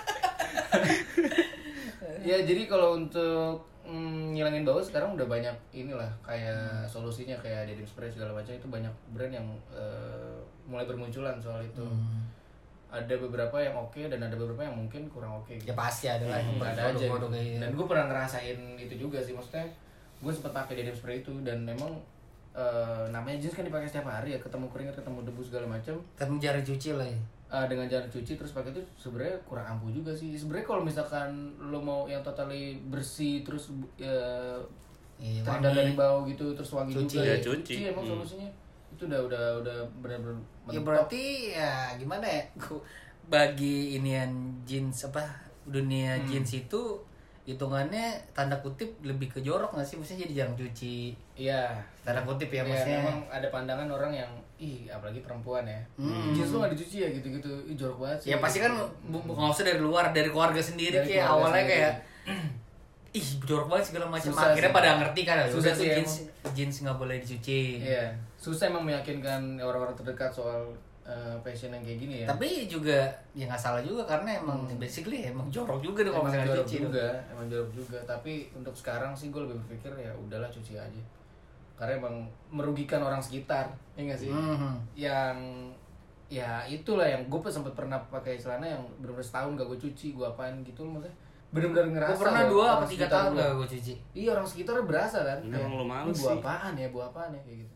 Ya, jadi kalau untuk mm, ngilangin bau sekarang udah banyak inilah kayak solusinya, kayak denim spray segala macam, itu banyak brand yang eh, mulai bermunculan soal itu. Ada beberapa yang oke dan ada beberapa yang mungkin kurang oke.
Ya pasti ada lah.
Hmm, ada aja
produk-produk
gitu.
kayak gitu.
Dan gue pernah ngerasain itu juga sih, maksudnya gue sempat pakai denim spray itu dan memang eh, namanya jeans kan dipakai setiap hari ya, ketemu keringat, ketemu debu segala macam.
Tapi jarang cuci lah ya.
Eh, dengan jarang cuci terus pakai itu sebenarnya kurang ampuh juga sih. Sebenarnya kalau misalkan lo mau yang totally bersih terus eh,
Iya,
terhindar
wangi.
dari bau gitu terus wangi
Cuci.
juga
Ya, cuci.
emang
Hmm.
solusinya itu udah udah udah benar-benar
Ya
mentok.
berarti ya gimana ya? Ku- Bagi inian jeans apa dunia
Hmm.
jeans itu hitungannya tanda kutip lebih ke jorok nggak sih? Maksudnya jadi jarang cuci.
Iya.
Tanda kutip ya
Ya,
maksudnya.
memang ada pandangan orang yang ih apalagi perempuan ya.
Hmm.
Jeans lu gak dicuci ya gitu-gitu. Ih jorok banget sih.
Ya pasti kan bu- bu- nggak usah dari luar, dari keluarga sendiri
Dari
kayak
keluarga
awalnya
sendiri.
kayak ih jorok banget segala macam.
Susah
Akhirnya
sih.
pada ngerti kan.
Susah
Susah tuh
sih
jeans jeans nggak boleh dicuci.
Iya. Susah emang meyakinkan orang-orang terdekat soal eh, fashion yang kayak gini ya.
Tapi juga ya nggak salah juga karena emang basically emang jorok juga deh kalau
emang
misalnya
jorok
cuci.
juga, emang jorok juga. Tapi untuk sekarang sih gue lebih berpikir ya udahlah cuci aja. Karena emang merugikan orang sekitar, ya nggak sih?
Mhm.
Yang ya itulah yang gue sempat pernah pakai celana yang benar-benar setahun gak gue cuci, gue apain gitu maksudnya. Benar-benar ngerasa.
Gue pernah
loh
dua
orang
apa tiga
sekitar
tahun
gua.
gak gue cuci.
Iya, orang sekitar berasa kan.
Ini
Kayak,
emang lu males
"Ini buah
sih."
apaan ya, buah apaan ya kayak gitu.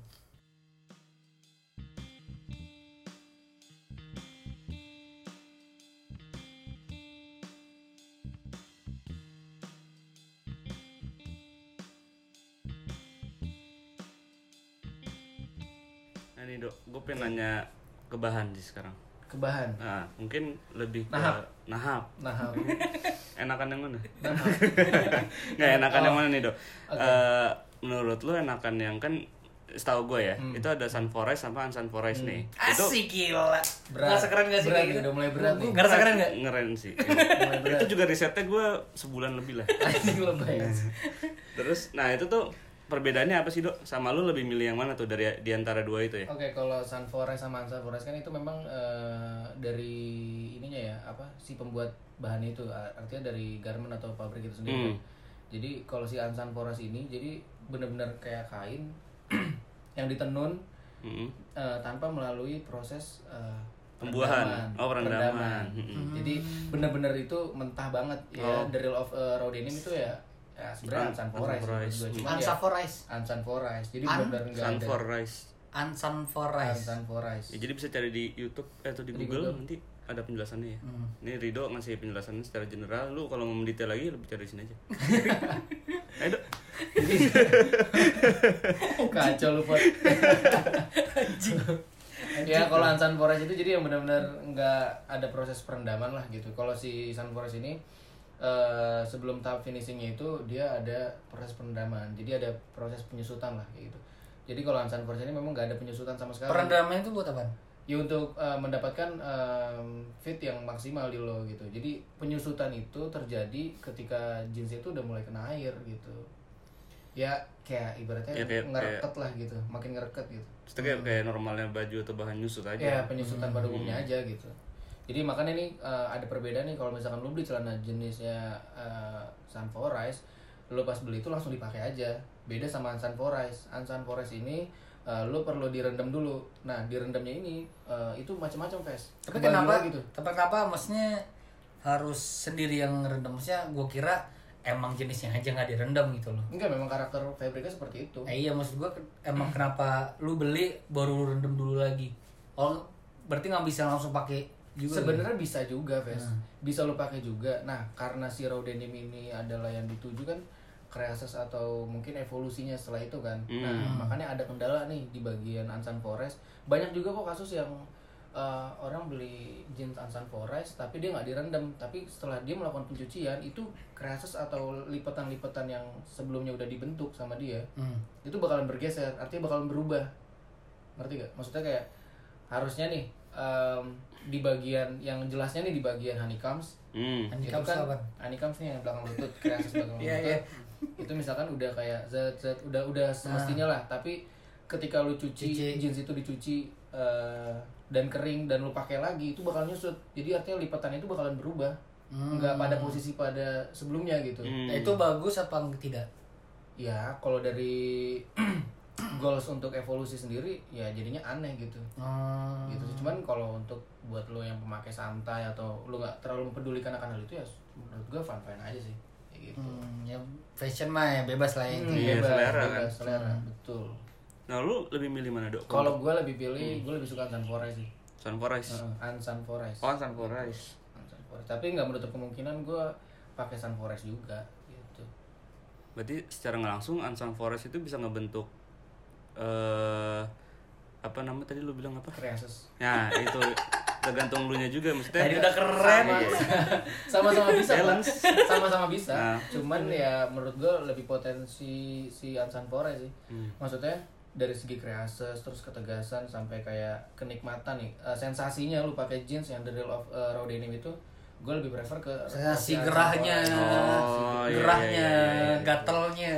Nah nih Dok, gue pengen nanya ke bahan sih sekarang.
Ke bahan.
Nah, mungkin lebih ke
Nahap.
nahap.
Nah,
Enakan yang mana?
Nahap.
Nggak enakan yang
Oh.
mana nih Dok?
Oke.
Eh, menurut lu enakan yang kan setahu gue ya, hmm. itu ada Sunforest sama Unsunforest hmm. nih.
Asik gila.
Berat.
Ngerasa keren gak sih?
Berat,
gitu?
udah mulai berat nih.
Ngerasa keren gak?
Ngeren sih. Itu juga risetnya gue sebulan lebih lah.
Anjing lebay.
Terus, nah itu tuh perbedaannya apa sih, Dok? Sama lu lebih milih yang mana tuh dari di antara dua itu ya?
Oke, okay, kalau Sunforest sama Unsunforest kan itu memang uh, dari ininya ya, apa si pembuat bahan itu, artinya dari garment atau pabrik itu sendiri. Hmm. Jadi kalau si Unsunforest ini jadi benar-benar kayak kain yang ditenun mm-hmm. uh, tanpa melalui proses uh,
pembuahan, oh perendaman.
perendaman. Mm-hmm. Jadi benar-benar itu mentah banget ya. Oh. The Real of uh, Raw Denim itu ya, ya sebenarnya Unsunforest.
Unsunforest.
Unsunforest. Jadi benar-benar enggak ada.
Unsunforest.
Unsunforest.
Unsunforest.
Ya, jadi bisa cari di YouTube eh, atau di, di Google, Google nanti ada penjelasannya ya. Hmm. Ini Rido ngasih penjelasannya secara general. Lu kalau mau mendetail lagi lebih cari sini aja. Ayo, Dok.
Kacau lu, Pot. Ya kalau Unsunforest itu jadi yang benar-benar nggak ada proses perendaman lah gitu. Kalau si Sunforest ini uh, sebelum tahap finishingnya itu dia ada proses perendaman. Jadi ada proses penyusutan lah kayak gitu. Jadi kalau Unsunforest ini memang nggak ada penyusutan sama sekali.
Perendaman itu buat apa?
Ya untuk uh, mendapatkan um, fit yang maksimal di lo gitu. Jadi penyusutan itu terjadi ketika jeans itu udah mulai kena air gitu. Ya kayak ibaratnya ya, kayak, ngereket kayak, lah gitu, makin ngereket gitu.
Itu kayak, hmm. kayak normalnya baju atau bahan nyusut aja.
Ya penyusutan hmm. pada umumnya aja gitu. Jadi makanya nih uh, ada perbedaan nih kalau misalkan lo beli celana jenisnya uh, Sunforest, lo pas beli itu langsung dipakai aja. Beda sama Unsunforest. Unsunforest ini Uh, lo perlu direndam dulu. Nah, direndamnya ini uh, itu macam-macam, Fes.
Tapi kenapa gitu? Tapi kenapa maksudnya harus sendiri yang ngerendam? Maksudnya gue kira emang jenisnya aja nggak direndam gitu loh.
Enggak, memang karakter fabriknya seperti itu.
Eh, iya, maksud gue emang kenapa lu beli baru lu rendam dulu lagi? Oh, berarti nggak bisa langsung pakai juga?
Sebenarnya ya? Bisa juga, Fes. Hmm. Bisa lu pakai juga. Nah, karena si raw denim ini adalah yang dituju kan kreases atau mungkin evolusinya setelah itu kan. Mm. Nah, makanya ada kendala nih di bagian Unsunforest. Banyak juga kok kasus yang uh, orang beli jeans Unsunforest tapi dia nggak direndam, tapi setelah dia melakukan pencucian itu kreases atau lipatan-lipatan yang sebelumnya udah dibentuk sama dia mm. itu bakalan bergeser, artinya bakalan berubah. Ngerti gak? Maksudnya kayak harusnya nih um, di bagian yang jelasnya nih di bagian honeycombs. Mm. Itu kan honeycombs nih yang belakang lutut, kreases belakang lutut. Yeah, yeah. Itu misalkan udah kayak zat zat udah udah semestinya lah, tapi ketika lu cuci, cuci. jeans itu dicuci uh, dan kering dan lu pakai lagi itu bakal nyusut. Jadi artinya lipatannya itu bakalan berubah. Hmm. Nggak pada posisi pada sebelumnya gitu.
Hmm. Nah, itu bagus apa tidak?
Ya, kalau dari goals untuk evolusi sendiri ya jadinya aneh gitu. Hmm. Gitu. Cuman kalau untuk buat lo yang pemakai santai atau lo nggak terlalu mempedulikan akan hal itu ya menurut gue fun-fun aja sih. Gitu.
Hmm, ya fashion mah ya bebas lah ya.
Hmm,
iya,
bebas,
selera
bebas,
kan.
Selera, hmm. betul.
Nah, lu lebih milih mana, Dok?
Kalau gue lebih pilih, hmm. gue lebih suka Unsunforest sih.
Sunforest.
Uh, Unsunforest.
Oh, Unsunforest.
Unsunforest. Tapi nggak menutup kemungkinan gue pakai Sunforest juga gitu.
Berarti secara nggak langsung Unsunforest itu bisa ngebentuk eh uh, apa nama tadi lu bilang apa?
Kreases.
Nah, itu tergantung lu nya juga maksudnya.
Tadi udah keren.
Sama-sama bisa, balance. Sama-sama bisa. Nah. Cuman ya menurut gue lebih potensi si Unsunforest sih. Hmm. Maksudnya dari segi kreases terus ketegasan sampai kayak kenikmatan nih. Uh, sensasinya lu pakai jeans yang the real of uh, raw denim itu gue lebih prefer ke
si gerahnya, oh, gerahnya, iya, iya, iya. Gatelnya,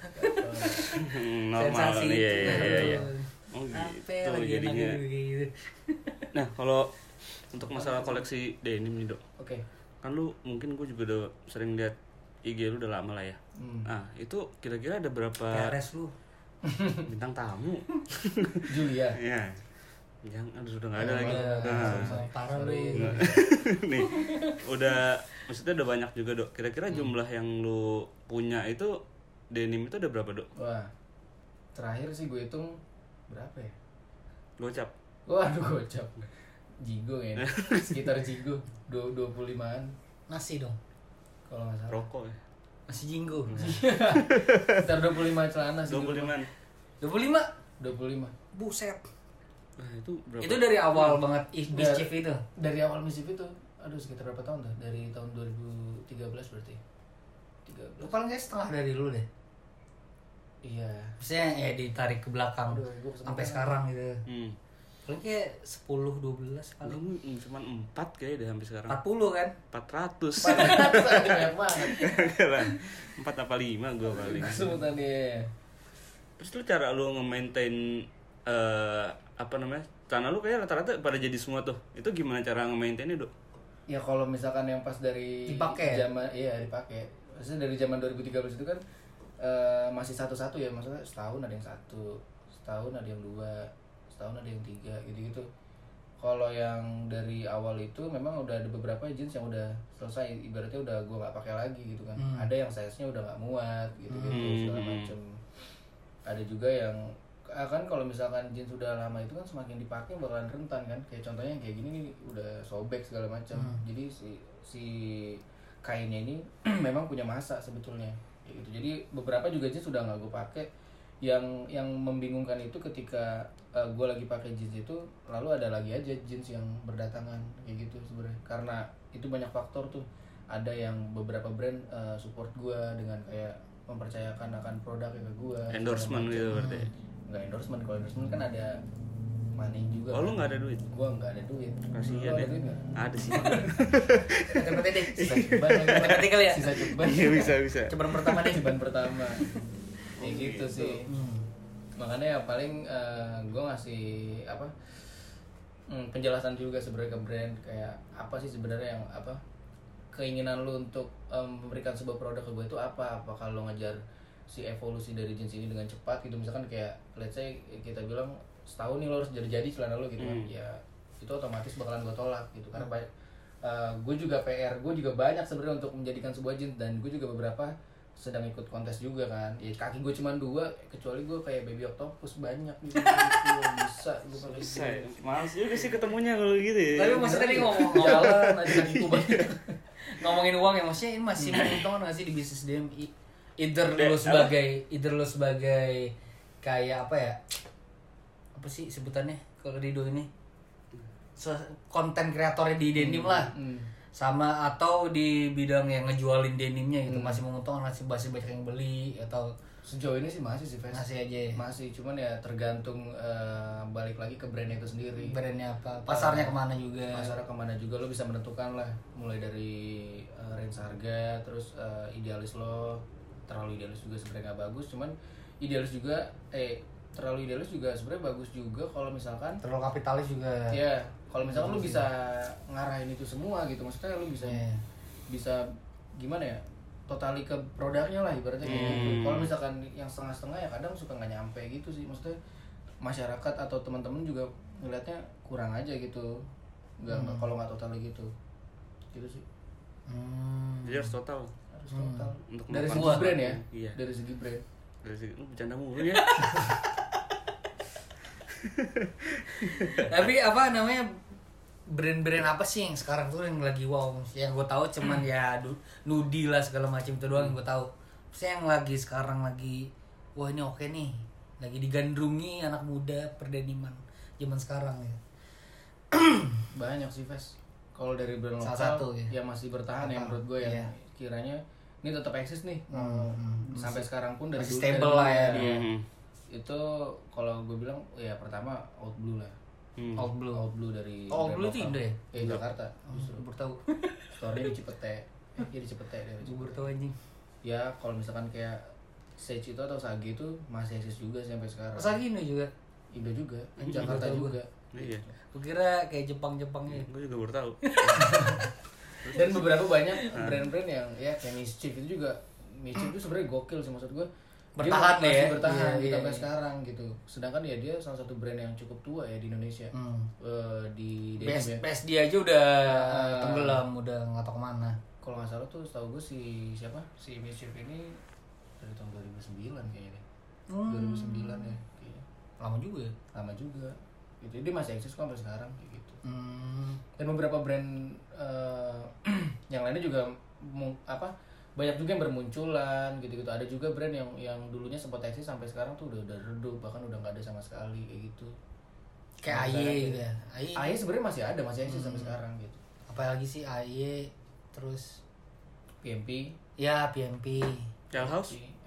normal nih, iya, iya, iya, iya. Oh gitu jadinya. Gitu. Nah kalau untuk masalah koleksi denim nih, Dok,
oke, okay.
Kan lu mungkin gue juga udah sering lihat I G lu udah lama lah ya. Hmm. Nah itu kira-kira ada berapa?
P R S lu,
bintang tamu,
Julia.
Ya. Jangan, aduh sudah nggak ada oh, lagi.
Nah, parah lu.
Nih, udah, maksudnya udah banyak juga, Dok. Kira-kira hmm. jumlah yang lu punya itu denim itu ada berapa, Dok?
Wah, terakhir sih gue hitung berapa ya?
Gocap.
Waduh, gocap. Jigo ya. Sekitar jigo, dua puluh limaan.
Nasi dong.
Kalau nggak salah.
Rokok ya.
Nasi jinggo.
Sekitar dua puluh lima celana sih.
dua puluh lima.
dua puluh lima?
dua puluh lima.
Buset.
Nah, itu berapa?
Itu dari awal hmm. banget mischief itu.
Dari awal mischief itu. Aduh, sekitar berapa tahun tuh? Dari tahun dua ribu tiga belas berarti. tiga belas.
Paling enggak setengah dari lu deh.
Iya.
Maksudnya ya ditarik ke belakang.
Aduh, gua kesempatan.
Sampai sekarang gitu.
Hmm.
Paling kayak sepuluh dua belas kali.
Lu cuma empat kayaknya deh sampai sekarang.
empat puluh kan?
empat ratus.
Banyak banget.
Enggak lah. empat apa lima gua paling.
Sebutannya.
Terus lu cara lu nge-maintain uh, apa namanya? Celana lu kayak rata-rata pada jadi semua tuh. Itu gimana cara nge-maintainnya, Dok?
Ya kalau misalkan yang pas dari
Dipakai.
zaman iya dipakai. Maksudnya dari zaman dua ribu tiga belas itu kan uh, masih satu-satu ya, maksudnya setahun ada yang satu, setahun ada yang dua, setahun ada yang tiga gitu-gitu. Kalau yang dari awal itu memang udah ada beberapa jeans yang udah selesai, ibaratnya udah gue nggak pakai lagi gitu kan.
Hmm.
Ada yang size-nya udah nggak muat gitu-gitu
Hmm.
segala macem. Ada juga yang ah, kan kalau misalkan jeans udah lama itu kan semakin dipakai bakalan rentan kan. Kayak contohnya yang kayak gini nih udah sobek segala macam.
Hmm.
Jadi si si kainnya ini memang punya masa sebetulnya. Kayak gitu. Jadi beberapa juga jeans udah nggak gue pakai. Yang yang membingungkan itu ketika uh, gue lagi pakai jeans itu lalu ada lagi aja jeans yang berdatangan kayak gitu sebenarnya, karena itu banyak faktor tuh. Ada yang beberapa brand uh, support gue dengan kayak mempercayakan akan produknya ke gue,
Endorsement gitu berarti.
nggak endorsement. Kalau endorsement kan ada money juga.
Oh, lu
kan.
nggak ada duit?
Gue nggak ada duit.
Kasihan
Lu
ya.
ada duit nggak?
Ada sih.
Kata-kata deh.
Sisa ceban lagi.
Kata-kata kali ya.
Sisa ceban.
Iya bisa bisa.
Coba pertama deh.
Ceban pertama. Kayak gitu,
gitu.
sih.
Hmm.
Makanya ya paling uh, gue ngasih apa hmm, penjelasan juga sebenarnya ke brand kayak apa sih sebenarnya yang apa keinginan lu untuk um, memberikan sebuah produk ke gue itu apa. Apa kalau ngejar si evolusi dari jeans ini dengan cepat gitu, misalkan kayak let's say kita bilang setahun nih lo harus jadi-jadi celana lo gitu kan.
Hmm.
Ya itu otomatis bakalan gue tolak gitu karena banyak uh, gue juga P R gue juga banyak sebenarnya untuk menjadikan sebuah jeans, dan gue juga beberapa sedang ikut kontes juga kan. Ya kaki gue cuma dua, kecuali gue kayak baby octopus banyak gitu. Bisa gue pakai
Bisa. Ya. Males juga sih ketemunya kalau gitu ya.
Tapi maksudnya tadi ngomong
jalan aja kaki gue banyak.
ngomongin uang ya, maksudnya ini masih menguntungkan nggak sih di bisnis D M? I? Either
De-
lo sebagai, either lo sebagai kayak apa ya? Apa sih sebutannya kalau di Do ini? So, konten kreatornya di denim lah.
Hmm.
Sama atau di bidang yang ngejualin denimnya gitu, masih menguntungkan, masih masih banyak yang beli atau
Sejauh ini sih masih sih Fes.
masih aja ya?
Masih, cuman ya tergantung uh, balik lagi ke brandnya itu sendiri.
Brandnya apa, pasarnya kemana juga.
Pasarnya kemana juga lo bisa menentukan lah, mulai dari uh, range harga, terus uh, idealis lo. Terlalu idealis juga sebenarnya nggak bagus, cuman idealis juga eh terlalu idealis juga sebenarnya bagus juga kalau misalkan
Terlalu kapitalis juga.
ya kalau misalkan lu bisa ngarahin itu semua gitu, maksudnya lu bisa
Iya.
bisa gimana ya, totali ke produknya lah ibaratnya kayak gitu.
Hmm.
Kalau misalkan yang setengah-setengah ya kadang suka nggak nyampe gitu sih, maksudnya masyarakat atau teman-teman juga ngelihatnya kurang aja gitu, nggak nggak kalau nggak total gitu gitu sih.
Hmm.
Jadi harus total.
Harus total
Untuk
dari segi
melakukan
brand ya.
sesuatu. Iya.
Dari segi brand.
Dari segi lu bercanda mulu ya.
Tapi apa namanya, brand-brand apa sih yang sekarang tuh yang lagi wow? Yang gue tahu cuman ya du- Nudi lah segala macam itu doang yang gue tahu. Maksudnya yang lagi sekarang lagi wah ini oke nih, lagi digandrungi anak muda perdeniman zaman sekarang ya.
Banyak sih Ves. Kalau dari brand
Salah
lokal
satu, ya.
yang masih bertahan
Lokal,
yang menurut gue yang
iya.
kiranya ini tetap eksis nih.
Hmm, hmm.
Sampai sekarang pun dari
Masih
dulu-
stable
dari
lah
dulu
ya.
dia.
Mhm.
Itu kalau gue bilang ya pertama Out Blue lah.
Hmm.
Old Blue.
Out Blue dari
Old
brand
Blue itu
lokal.
Indo ya?
Eh Jakarta.
Justru baru tahu.
Store-nya di Cipete. Eh, dia di Cipete dia di
Gue baru
Cipete.
tahu anjing.
Ya kalau misalkan kayak Sage itu atau Sage itu masih eksis juga sih sampai sekarang.
Masa gini juga.
Indo juga,
Anjing,
Jakarta
baru tahu
juga.
Iya.
Gue kira kayak Jepang-Jepangnya.
Gue juga baru tahu.
Dan beberapa banyak brand-brand yang ya kayak Mischief itu juga. Mischief itu sebenarnya gokil sih maksud gue. Dia
Bertahan
masih
ya?
bertahan
Iya,
gitu
iya,
sampai
iya.
sekarang gitu. Sedangkan ya dia salah satu brand yang cukup tua ya di Indonesia.
Hmm.
Eh, di
P
denim
S,
ya.
P S dia aja udah
Ah.
tenggelam, udah nggak tahu kemana.
Kalau nggak salah tuh setahu gue si siapa? Si Mischief ini dari tahun dua ribu sembilan kayaknya deh.
Hmm.
dua ribu sembilan ya kayaknya.
Lama juga ya.
Lama juga. Gitu. Dia masih eksis kok sampai sekarang kayak gitu.
Hmm.
Dan beberapa brand eh, yang lainnya juga mu- apa banyak juga yang bermunculan gitu-gitu. Ada juga brand yang yang dulunya sempat eksis sampai sekarang tuh udah udah redup, bahkan udah nggak ada sama sekali kayak gitu.
Kayak A
Sampai
Y
sekarang
gitu ya. A Y.
A Y sebenarnya masih ada, masih eksis sampai sekarang gitu.
Apalagi sih A Y, terus
P M P,
ya P M P.
L House?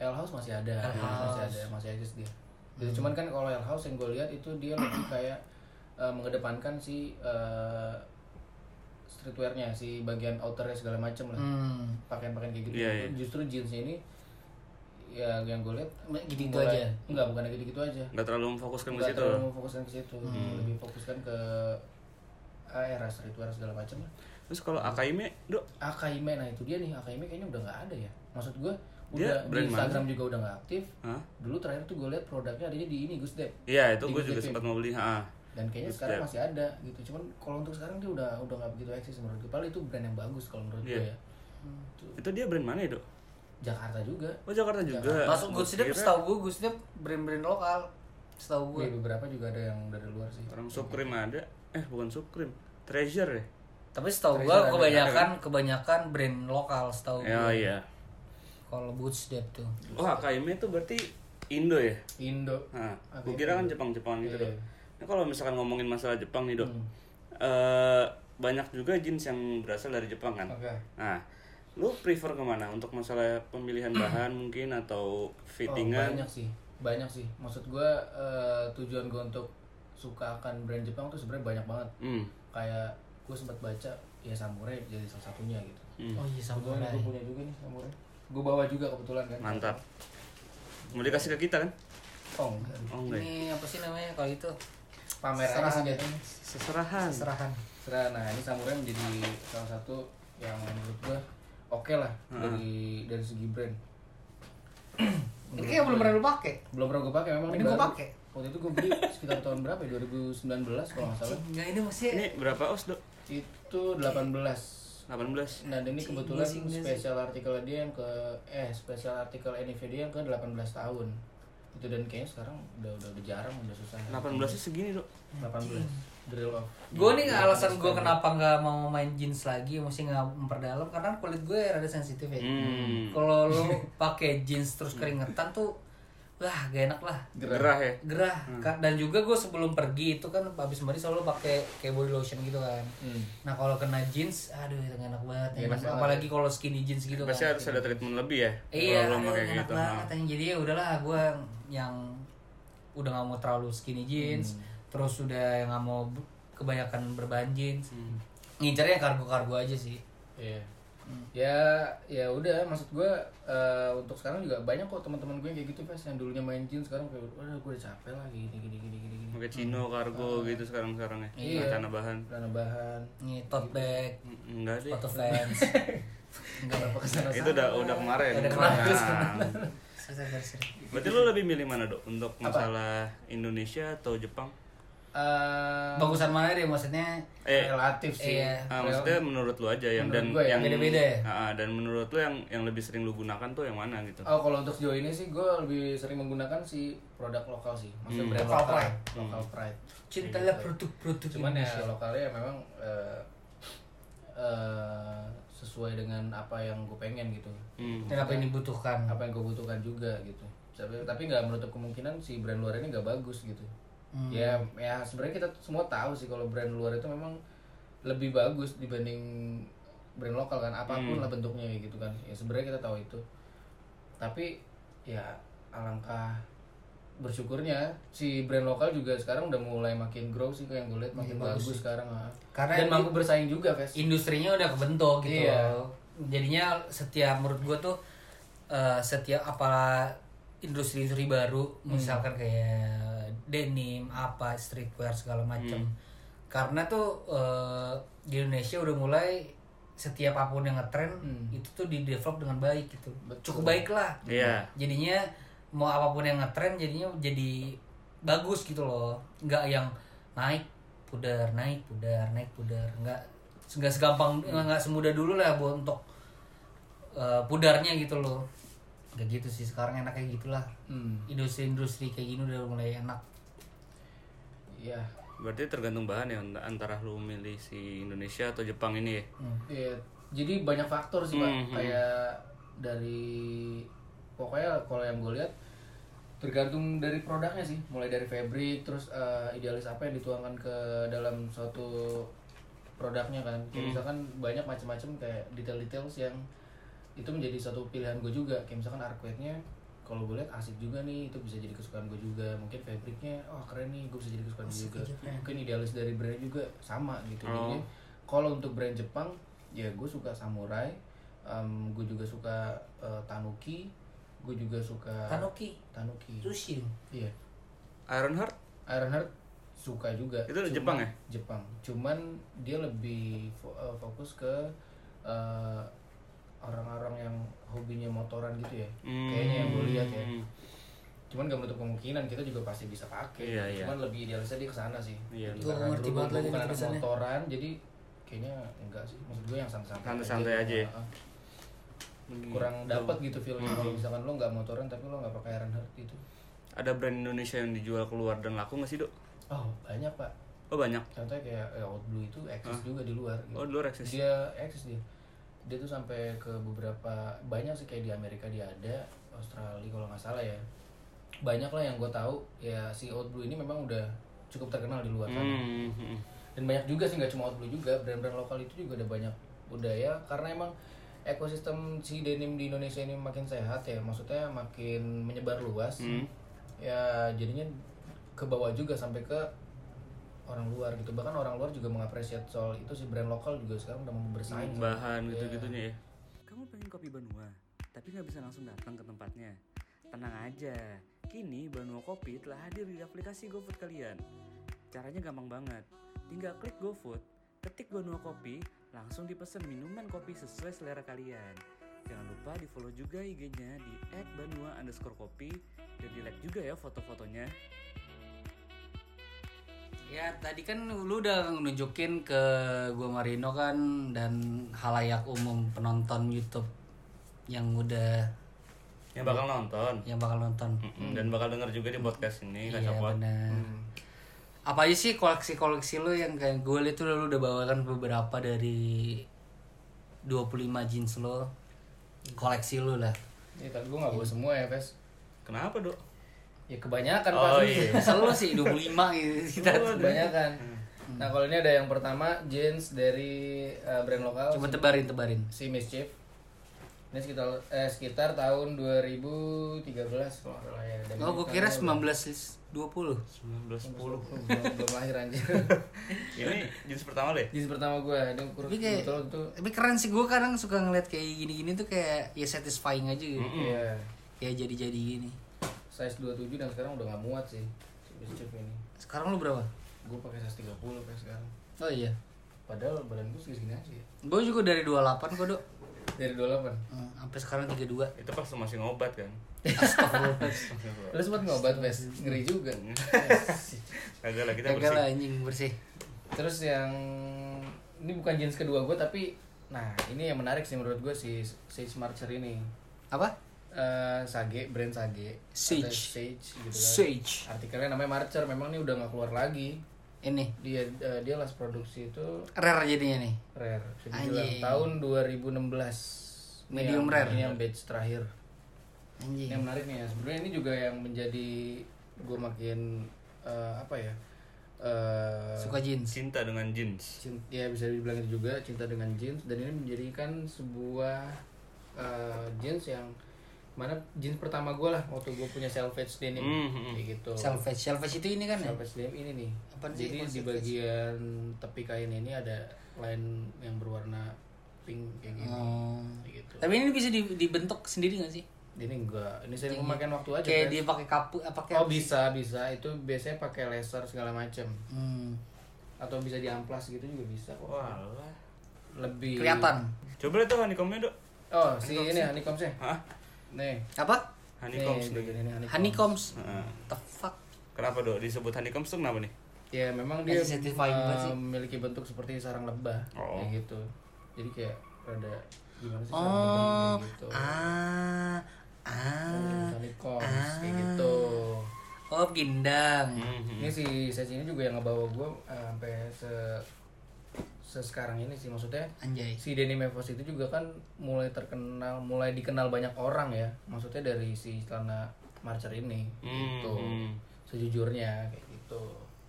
L House masih ada,
L House.
masih ada, masih eksis dia. Gitu. Cuman kan kalau L House yang gue lihat itu dia lebih kayak uh, mengedepankan si uh, streetwear-nya, si bagian outernya segala macam lah,
Hmm.
pakaian-pakaian kayak gitu.
Iya, iya.
Justru jeansnya ini ya yang gue lihat
Gitu-gitu
mulai-
aja?
Enggak, bukan gitu-gitu aja.
Nggak terlalu memfokuskan ke
Nggak
situ.
terlalu memfokuskan ke situ, lebih fokuskan ke ah, era streetwear segala macam lah.
Terus kalau Akaime, Dok,
Akaime, nah itu dia nih, Akaime kayaknya udah nggak ada ya. Maksud gue
Dia
udah
brand
di
mana
Instagram juga udah nggak aktif.
Hah?
Dulu terakhir tuh gue lihat produknya adanya di ini Gus Dep.
Iya, itu
Di
gue
Gus
juga
Dep.
sempat mau beli. Ha.
Dan kayaknya
Gus
sekarang
Dep.
masih ada gitu. Cuman kalau untuk sekarang dia udah udah nggak begitu eksis menurut gue. Padahal itu brand yang bagus kalau menurut
Iya.
gue ya.
Itu dia brand mana ya, Dok?
Jakarta juga.
Oh, Jakarta juga.
Masuk
Gua
Good Step,
kira
setahu gue Good Step brand-brand lokal. Setahu gue.
Gue beberapa juga ada yang dari luar sih.
Orang Supreme ada. Eh, bukan Supreme. Treasure ya?
Tapi setahu
Treasure
gue
ada,
kebanyakan kebanyakan brand lokal setahu gue.
Ya, iya.
Kalau Good Step tuh.
Oh, Akaime itu berarti Indo ya?
Indo.
Nah,
Oke.
gue kira kan Jepang-Jepang gitu,
Iya.
Dok. Nah, kalau misalkan ngomongin masalah Jepang nih, Dok.
Hmm.
eh, banyak juga jeans yang berasal dari Jepang kan.
Oke.
Nah, lu prefer kemana untuk masalah pemilihan bahan mungkin atau
Oh,
fittingan?
banyak sih, banyak sih. Maksud gue eh, tujuan gue untuk suka akan brand Jepang tuh sebenarnya banyak banget.
Hmm.
Kayak gue sempat baca ya Samurai jadi salah satunya gitu.
Hmm.
Oh iya
Kebetulan
Samurai.
gue punya juga nih Samurai. Gue bawa juga kebetulan kan.
Mantap. Mau dikasih ke kita kan?
Oh enggak.
Oh enggak. ya?
Ini apa sih namanya kalau itu?
Pamer aja
Serahan.
sih jatuhnya.
Seserahan.
Serahan.
Serah, nah ini Samurai menjadi salah satu yang menurut gue oke lah dari dari segi brand.
Ini kayak belum pernah lu pakai.
Belum pernah gue pakai memang
Ini
ini
gua
baru.
pakai.
Waktu itu gue beli sekitar tahun berapa ya? dua ribu sembilan belas kalau nggak salah.
Enggak ini masih
Ini berapa os, Dok?
Itu delapan belas.
delapan belas.
Nah, dan ini
Cing,
kebetulan
cing, cing.
spesial artikel dia yang ke eh spesial artikel N I V dia yang ke delapan belas tahun. Itu dan kayaknya sekarang udah udah, udah jarang, udah susah.
delapan belas sih segini, Dok.
delapan belas. Drill off.
gue nih alasan gue kenapa nggak mau main jeans lagi, mesti nggak memperdalam karena kulit gue rada sensitif ya.
Hmm.
Kalau lo pakai jeans terus keringetan tuh, wah gak enak lah.
Gerah ya.
Gerah. Ka- Dan juga gue sebelum pergi itu kan habis mandi selalu pakai kayak body lotion gitu kan.
Hmm.
Nah kalau kena jeans, aduh itu nggak enak banget.
Enak banget.
Apalagi kalau skinny jeans gitu
Pasti
kan.
harus ada treatment lebih ya.
Iya,
Kalau lo
aduh,
pakai
enak
gitu.
banget.
Nah.
Jadi ya udahlah gue yang yang udah nggak mau terlalu skinny jeans,
Hmm.
terus udah yang nggak mau b- kebanyakan berbahan jeans.
Hmm.
Ngincernya kargo-kargo aja sih.
Iya. Ya, ya udah. Maksud gue eh, untuk sekarang juga banyak kok teman-teman gue yang kayak gitu, Fes, yang dulunya main jeans sekarang kayak, udah gue udah capek lah gini gini gini gini gini.
Pakai chino, kargo gitu sekarang-sekarang ya.
Iya.
Tanah bahan.
Karena bahan.
Nih tote bag,
Mm, Enggak deh.
foto fans. Enggak ya?
Kesana-sana.
Itu udah udah kemarin.
Udah kemarin.
Nah.
Sorry, sorry, sorry.
Berarti lo lebih milih mana, Dok? Untuk masalah Indonesia atau Jepang?
Eh,
Bagusan mana deh maksudnya?
Eh,
relatif sih.
Iya.
ah, maksudnya menurut lo aja yang dan
Menurut gue ya,
yang
beda-beda ya?
Ah, dan menurut lo yang yang lebih sering lo gunakan tuh yang mana gitu?
Oh, kalau untuk sejauh ini sih gue lebih sering menggunakan si produk lokal sih. Maksudnya
Hmm.
brand
Lokal
lokal,
pride.
lokal pride.
Cintalah produk-produk
Cuman ya
Indonesia.
lokalnya memang eh, eh, sesuai dengan apa yang gue pengen gitu.
Hmm.
Dan apa yang dibutuhkan?
Apa yang gue butuhkan juga gitu. Tapi tapi nggak menutup kemungkinan si brand luar ini nggak bagus gitu.
Hmm.
Ya ya sebenarnya kita semua tahu sih kalau brand luar itu memang lebih bagus dibanding brand lokal kan, apapun
Hmm.
lah bentuknya kayak gitu kan. Ya sebenarnya kita tahu itu. Tapi ya alangkah bersyukurnya si brand lokal juga sekarang udah mulai makin grow sih, kayak yang gue lihat makin
Makin
bagus,
bagus.
sekarang ah.
Karena
dan
ini-
mampu bersaing juga, Ves.
Industrinya udah kebentuk gitu
Iya.
loh. Jadinya setiap menurut gue tuh eh, setiap apa industri-industri baru
Hmm.
misalkan kayak denim, apa streetwear segala macam.
Hmm.
Karena tuh eh, di Indonesia udah mulai setiap apapun yang ngetren
Hmm.
itu tuh di develop dengan baik gitu.
Betul.
Cukup baik lah.
Iya.
Jadinya mau apapun yang ngetren jadinya jadi bagus gitu loh. Nggak yang naik pudar, naik pudar, naik pudar. Nggak nggak segampang, nggak semudah dulu lah buat untuk uh, pudarnya gitu loh. Nggak gitu sih, sekarang enak kayak gitulah.
Hmm.
Industri-industri kayak gini udah mulai enak.
Iya.
Berarti tergantung bahan ya antara lu milih si Indonesia atau Jepang ini ya.
Hmm.
Iya. Jadi banyak faktor sih, Pak.
Hmm, hmm.
Kayak dari pokoknya kalau yang gue lihat tergantung dari produknya sih, mulai dari fabric, terus eh, idealis apa yang dituangkan ke dalam suatu produknya kan. Kayak
Hmm.
misalkan banyak macam-macam kayak detail-details yang itu menjadi satu pilihan gue juga. Kayak misalkan arcuate-nya kalau gue lihat asik juga nih, itu bisa jadi kesukaan gue juga. Mungkin fabricnya oh keren nih, gue bisa jadi kesukaan gue juga. Mungkin idealis dari brand juga sama gitu.
Oh.
Jadi kalau untuk brand Jepang ya gue suka samurai, um, gue juga suka uh, tanuki, gue juga suka
Tanuki.
tanuki.
Sushi.
Iya.
Ironheart
Ironheart suka juga.
itu
Cuman-
Jepang ya?
Jepang. Cuman dia lebih fo- uh, fokus ke uh, orang-orang yang hobinya motoran gitu ya.
Hmm.
Kayaknya yang gue lihat ya. Cuman gak menutup kemungkinan kita juga pasti bisa pakai.
Iya, iya.
Cuman lebih idealisnya dia kesana sih.
Iya.
Jadi
Gua
karena
ngerti
dulu
banget
gua
lagi
bukan anak
tulisannya.
motoran, jadi kayaknya enggak sih. Maksud gue yang santai-santai.
Santai-santai aja ya?
Heeh. Kurang dapat gitu feelnya kalau misalkan lo nggak motoran tapi lo nggak pakai Ironheart gitu.
Ada brand Indonesia yang dijual keluar dan laku nggak sih, Dok?
Oh banyak pak.
Oh banyak.
Contohnya kayak eh, Outblue itu eksis juga di luar. Gitu.
Oh, di luar eksis.
Dia eksis dia. Dia tuh sampai ke beberapa banyak sih kayak di Amerika dia ada, Australia kalau nggak salah ya. Banyak lah yang gue tahu ya si Outblue ini memang udah cukup terkenal di luar sana.
Hmm, hmm.
Dan banyak juga sih nggak cuma Outblue juga, brand-brand lokal itu juga ada banyak udah ya karena emang ekosistem si denim di Indonesia ini makin sehat ya, maksudnya makin menyebar luas.
Hmm.
Ya jadinya ke bawah juga sampai ke orang luar gitu, bahkan orang luar juga mengapresiasi soal itu si brand lokal juga sekarang udah mau bersaing sama-
Bahan
Iya.
gitu-gitunya ya. Kamu pengen kopi Banua, tapi nggak bisa langsung datang ke tempatnya. Tenang aja, kini Banua Kopi telah hadir di aplikasi GoFood kalian. Caranya gampang banget, tinggal klik GoFood, ketik Banua Kopi, langsung dipesan minuman kopi sesuai selera kalian. Jangan lupa di follow juga I G-nya di et banua underscore kopi dan di like juga ya foto-fotonya.
Ya tadi kan lu udah nunjukin ke gua Marino kan dan halayak umum penonton YouTube yang udah
Yang bakal nonton
yang bakal nonton.
Mm-mm, dan bakal denger juga di podcast ini
Iya
Kacapot.
benar. Apa aja sih koleksi-koleksi lu yang kayak gue liat tuh lu udah bawakan beberapa dari dua puluh lima jeans lo. Koleksi lu lah.
Ya tapi gue nggak bawa semua ya Ves.
Kenapa, Dok?
Ya kebanyakan
Oh,
Pak.
iya.
Selalu sih dua puluh lima gitu kita.
Kebanyakan. Nah kalau ini ada yang pertama jeans dari uh, brand lokal.
Coba tebarin tebarin.
Si Mischief. Ini sekitar eh, sekitar tahun dua ribu tiga belas kalau nggak salah ya. Dan
Oh,
ini
gue kira
tahunnya
sembilan belas dua puluh.
sembilan belas sepuluh.
udah- belum, belum lahir anjir.
Ini jenis pertama deh.
Jeans pertama gue, ini kurang
Tapi kayak
betul itu.
tapi keren sih, gue kadang suka ngeliat kayak gini-gini tuh kayak ya satisfying aja gitu.
Iya.
Kayak jadi-jadi gini.
Size dua puluh tujuh dan sekarang udah nggak muat sih. Si Mischief ini.
Sekarang lu berapa?
Gue pakai size tiga puluh kayak sekarang.
Oh iya.
Padahal badan gue segini aja ya.
Gue juga dari dua puluh delapan kok, Dok.
Dari dua puluh delapan.
Hmm, sampai sekarang tiga puluh dua.
Itu pas lu masih ngobat kan?
Astagfirullah.
Lu sempat ngobat, Ves? Ngeri juga.
Kagak lah, kita
Gagal
bersih.
lah anjing bersih.
Terus yang ini bukan jeans kedua gue tapi nah ini yang menarik sih menurut gue si Sage Marcher ini.
Apa?
Eh, Sage, brand Sage.
Sage.
Atau Sage gitu kan.
Sage.
Artikelnya namanya Marcher, memang ini udah nggak keluar lagi.
Ini
Dia eh, dia last produksi itu
rare jadinya nih.
rare. Bisa
Anjing.
dibilang tahun dua ribu enam belas. Ini
Medium
yang-
rare.
Ini yang batch terakhir.
Anjing.
Yang menarik nih ya, sebenarnya ini juga yang menjadi gue makin eh, apa ya? eh
Suka jeans.
Cinta dengan jeans.
Cin- ya bisa dibilang itu juga cinta dengan jeans, dan ini menjadikan sebuah eh, jeans yang mana jeans pertama gue lah waktu gue punya selvage denim
Mhm.
kayak gitu.
Selvage. Selvage itu ini kan ya?
Selvage denim ini nih.
Apaan sih
Jadi
konsep
di bagian tepi kain ini ada line yang berwarna pink kayak gini.
Oh.
Kayak gitu.
Tapi ini bisa di- dibentuk sendiri gak sih?
Ini enggak, ini saya memakan waktu aja.
Kayak
Pres.
dia pakai kapu apa pakai
Oh bisa bisa, itu biasanya pakai laser segala macam.
Hmm.
Atau bisa diamplas gitu juga bisa kok.
Walah.
Lebih
Kelihatan.
Coba lihat tuh honeycombnya, Dok.
Oh, si ini honeycombsnya.
Hah?
Nih.
Apa?
Honeycombs
nih,
nih.
bagian ini honeycombs.
Honeycombs.
Heeh.
The fuck?
Kenapa, Dok? Disebut honeycombs tuh kenapa nih?
Ya memang dia
Masih satisfying
uh,
banget sih.
memiliki bentuk seperti sarang lebah
Oh.
kayak gitu. Jadi kayak rada gimana sih sarang
Oh.
lebah kayak gitu.
Ah. Ah.
Honeycombs kayak gitu.
Oh, gindang.
Mhm.
Ini si size ini juga yang ngebawa gue uh, sampai se se sekarang ini sih, maksudnya
Anjay.
si Denim Evos itu juga kan mulai terkenal, mulai dikenal banyak orang ya, maksudnya dari si celana Marcher ini gitu.
Hmm.
Sejujurnya kayak gitu.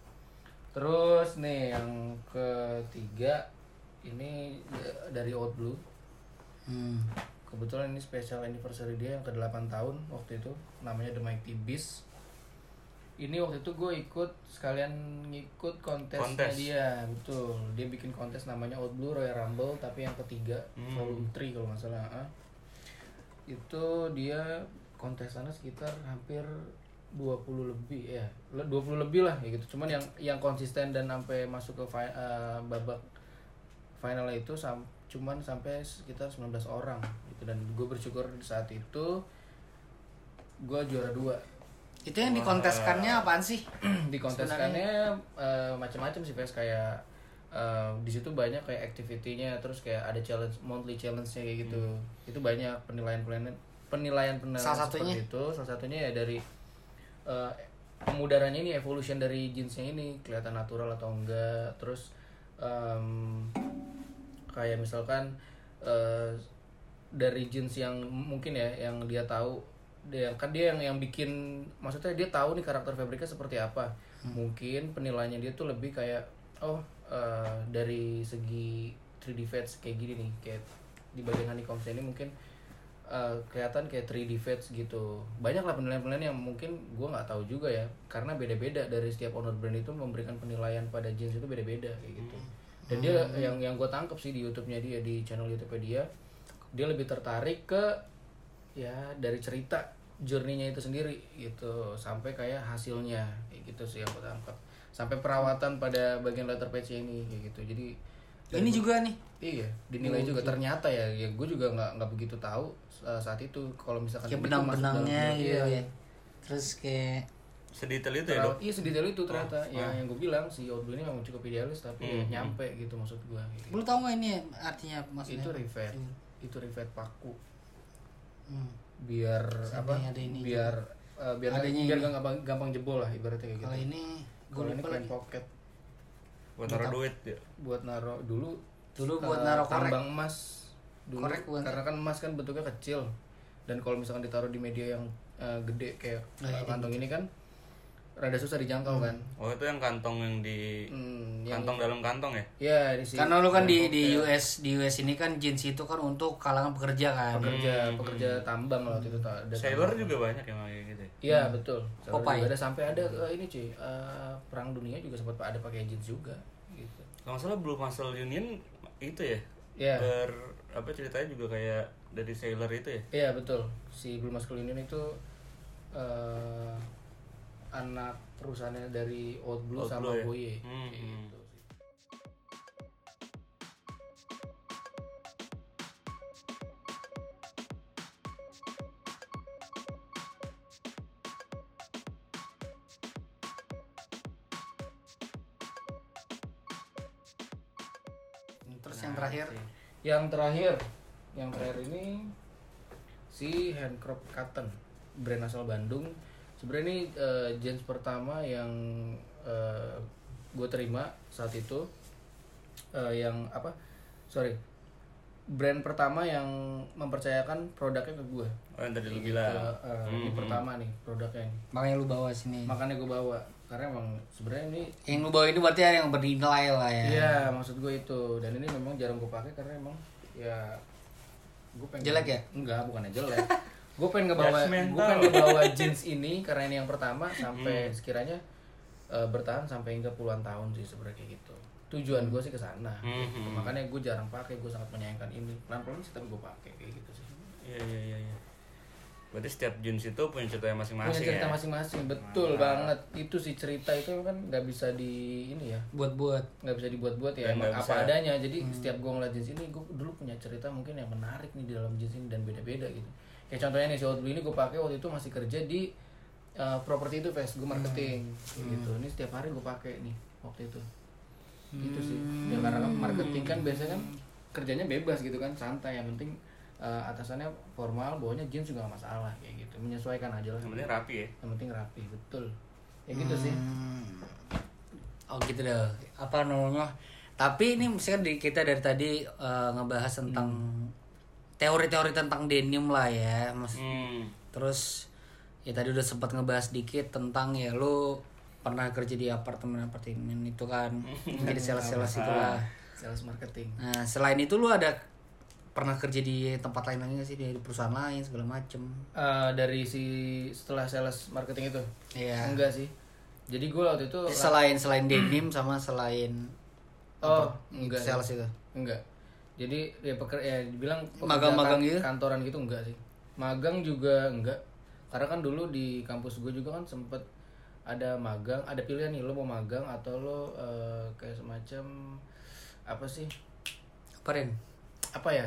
Terus nih yang ketiga ini dari Outblue.
Hmm.
kebetulan ini special anniversary dia yang ke delapan tahun waktu itu, namanya The Mighty Beast. Ini waktu itu gue ikut sekalian ngikut kontesnya
Kontes.
dia, betul. Dia bikin kontes namanya Old Blue Royal Rumble tapi yang ketiga,
Hmm.
volume tiga kalau nggak salah. Ah. Itu dia kontestannya sekitar hampir dua puluh lebih ya. dua puluh lebih lah ya gitu. Cuman yang yang konsisten dan sampai masuk ke fi- uh, babak final itu sam- cuman sampai sekitar sembilan belas orang gitu, dan gue bersyukur saat itu gue juara dua.
Itu yang dikonteskannya apaan sih?
Dikonteskannya uh, macam-macam sih, Ves, kayak uh, di situ banyak kayak activity-nya, terus kayak ada challenge, monthly challenge-nya kayak gitu. Hmm. Itu banyak penilaian-penilaian penilaian-penilaian
Salah satunya?
seperti itu. Salah satunya ya dari uh, pemudarannya ini, evolution dari jeansnya ini kelihatan natural atau enggak. Terus um, kayak misalkan uh, dari jeans yang mungkin ya yang dia tahu, dia kan dia yang yang bikin, maksudnya dia tahu nih karakter fabriknya seperti apa. Hmm. Mungkin penilaiannya dia tuh lebih kayak oh uh, dari segi three D fades kayak gini nih, kayak di bagian honeycombs ini mungkin uh, kelihatan kayak three D fades gitu. Banyak lah penilaian-penilaian yang mungkin gue nggak tahu juga ya, karena beda-beda dari setiap owner brand itu memberikan penilaian pada jeans itu beda-beda kayak gitu. Dan dia hmm. yang yang gue tangkap sih di YouTube-nya dia, di channel YouTube-nya dia, dia lebih tertarik ke ya dari cerita journey-nya itu sendiri gitu, sampai kayak hasilnya kayak gitu sih yang gue tangkap, sampai perawatan pada bagian letter page ini kayak gitu. Jadi
ini juga nih
iya dinilai oh, juga gitu. Ternyata ya, ya gue juga nggak nggak begitu tahu uh, saat itu kalau misalkan
kayak benang-benangnya gitu
iya.
ya, terus kayak
sedetail itu ya dok?
Iya sedetail itu ternyata. Oh, ya
ah.
yang gue bilang si Old Blue ini memang cukup idealis tapi hmm. ya, nyampe gitu maksud gue gitu.
Lu tau gak ini artinya maksudnya?
Itu rivet hmm. itu rivet paku
hmm.
biar
Sini
apa
ada ini
biar uh, biar
Adanya
biar
ini.
gak gampang, gampang jebol lah ibaratnya kayak gitu.
Kalau ini gue
ini
lupa
clean
lagi.
pocket
Buat naruh duit ya?
buat naruh dulu
dulu
uh,
buat naruh korek.
tambang emas dulu
Korek bukan?
Karena kan emas kan bentuknya kecil, dan kalau misalkan ditaruh di media yang uh, gede kayak
Nah,
uh, kantong ini kan rada susah dijangkau
Hmm.
kan.
Oh itu yang kantong yang di
Hmm, yang
kantong dalam kantong ya?
ya di sini.
Karena lu kan di
Clean
di
pocket.
U S di U S ini kan jeans itu kan untuk kalangan pekerja kan.
pekerja
Hmm.
pekerja tambang lah waktu itu tak ada
Sailor
tambang.
juga banyak yang kayak gitu ya?
Iya hmm. betul. Sailor
Popeye.
juga ada, sampai ada uh, ini cuy uh, perang dunia juga sempat ada pakai jeans juga gitu.
Kalau nggak salah Blue Muscle Union itu ya?
Iya.
Ber apa ceritanya juga kayak dari Sailor itu ya?
Iya betul. Si Blue Muscle Union itu uh, anak perusahaannya dari Old Blue
Old
sama
Blue ya?
Boye.
Hmm,
Kayak
hmm.
gitu.
Terus yang terakhir
Yang terakhir, yang terakhir ini si Handcrop Cotton, brand asal Bandung. Sebenarnya ini uh, jeans pertama yang uh, gue terima saat itu, uh, yang apa? Sorry, brand pertama yang mempercayakan produknya ke gue.
Oh yang tadi lu
Gitu,
bilang.
uh,
Hmm,
ini
hmm.
pertama nih produknya. Nih.
makanya lu bawa sini.
Makanya gue bawa karena emang sebenarnya ini
Yang lu bawa ini berarti ada yang bernilai lah ya.
iya maksud gue itu, dan ini memang jarang gue pakai karena emang ya gue pengen
Jelek ya?
Enggak, bukannya jelek. Gue pengen ngebawa
Judgmental.
gue pengen ngebawa jeans ini karena ini yang pertama sampai
Hmm.
sekiranya uh, bertahan sampai hingga puluhan tahun sih sebenarnya kayak gitu. Tujuan gue sih ke sana.
Hmm,
Gitu.
hmm.
Makanya gue jarang pakai, gue sangat menyayangkan ini. Pelan-pelan sih tapi gue pakai kayak gitu sih.
Iya iya iya. iya. Berarti setiap jeans itu punya cerita masing-masing
Punya cerita
ya?
masing-masing, betul
Mantap.
banget. Itu sih cerita itu kan nggak bisa di ini ya.
Buat-buat.
Nggak bisa dibuat-buat ya,
Dan
emang
nggak
apa
bisa-
adanya. Jadi setiap gue ngeliat jeans ini, gue dulu punya cerita mungkin yang menarik nih di dalam jeans ini dan beda-beda gitu. Kayak contohnya nih si Old Blue ini gue pakai waktu itu masih kerja di uh, properti itu, Fes, gue marketing gitu. Ini setiap hari gue pakai nih waktu itu. Gitu sih. Ya karena kan marketing kan biasanya kan kerjanya bebas gitu kan, santai, yang penting uh, atasannya formal, bawahnya jeans juga gak masalah kayak gitu. Menyesuaikan aja lah.
Yang penting rapi ya?
Yang penting rapi, betul. Ya gitu sih.
Hmm. Oh gitu deh. Apa namanya? Tapi ini misalkan di kita dari tadi uh, ngebahas tentang teori-teori tentang denim lah ya, Mas.
Hmm.
Terus ya tadi udah sempat ngebahas dikit tentang ya lu pernah kerja di apartemen-apartemen itu kan, jadi sales-sales itulah.
Sales marketing.
Nah selain itu lu ada pernah kerja di tempat lain lagi nggak sih, di perusahaan lain segala macem?
Eh, dari si setelah sales marketing itu?
Iya.
Enggak sih. Jadi gue waktu itu
Selain selain denim sama selain
oh
apa,
enggak
sales itu.
enggak. Jadi ya peker ya dibilang
Magang-magang
pekerjaan
gitu?
kantoran gitu enggak sih. Magang juga enggak. Karena kan dulu di kampus gue juga kan sempet ada magang, ada pilihan nih lo mau magang atau lo eh, kayak semacam apa sih?
Apa Ren?
Apa ya?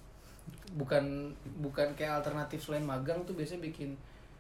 Bukan bukan kayak alternatif selain magang tuh biasanya bikin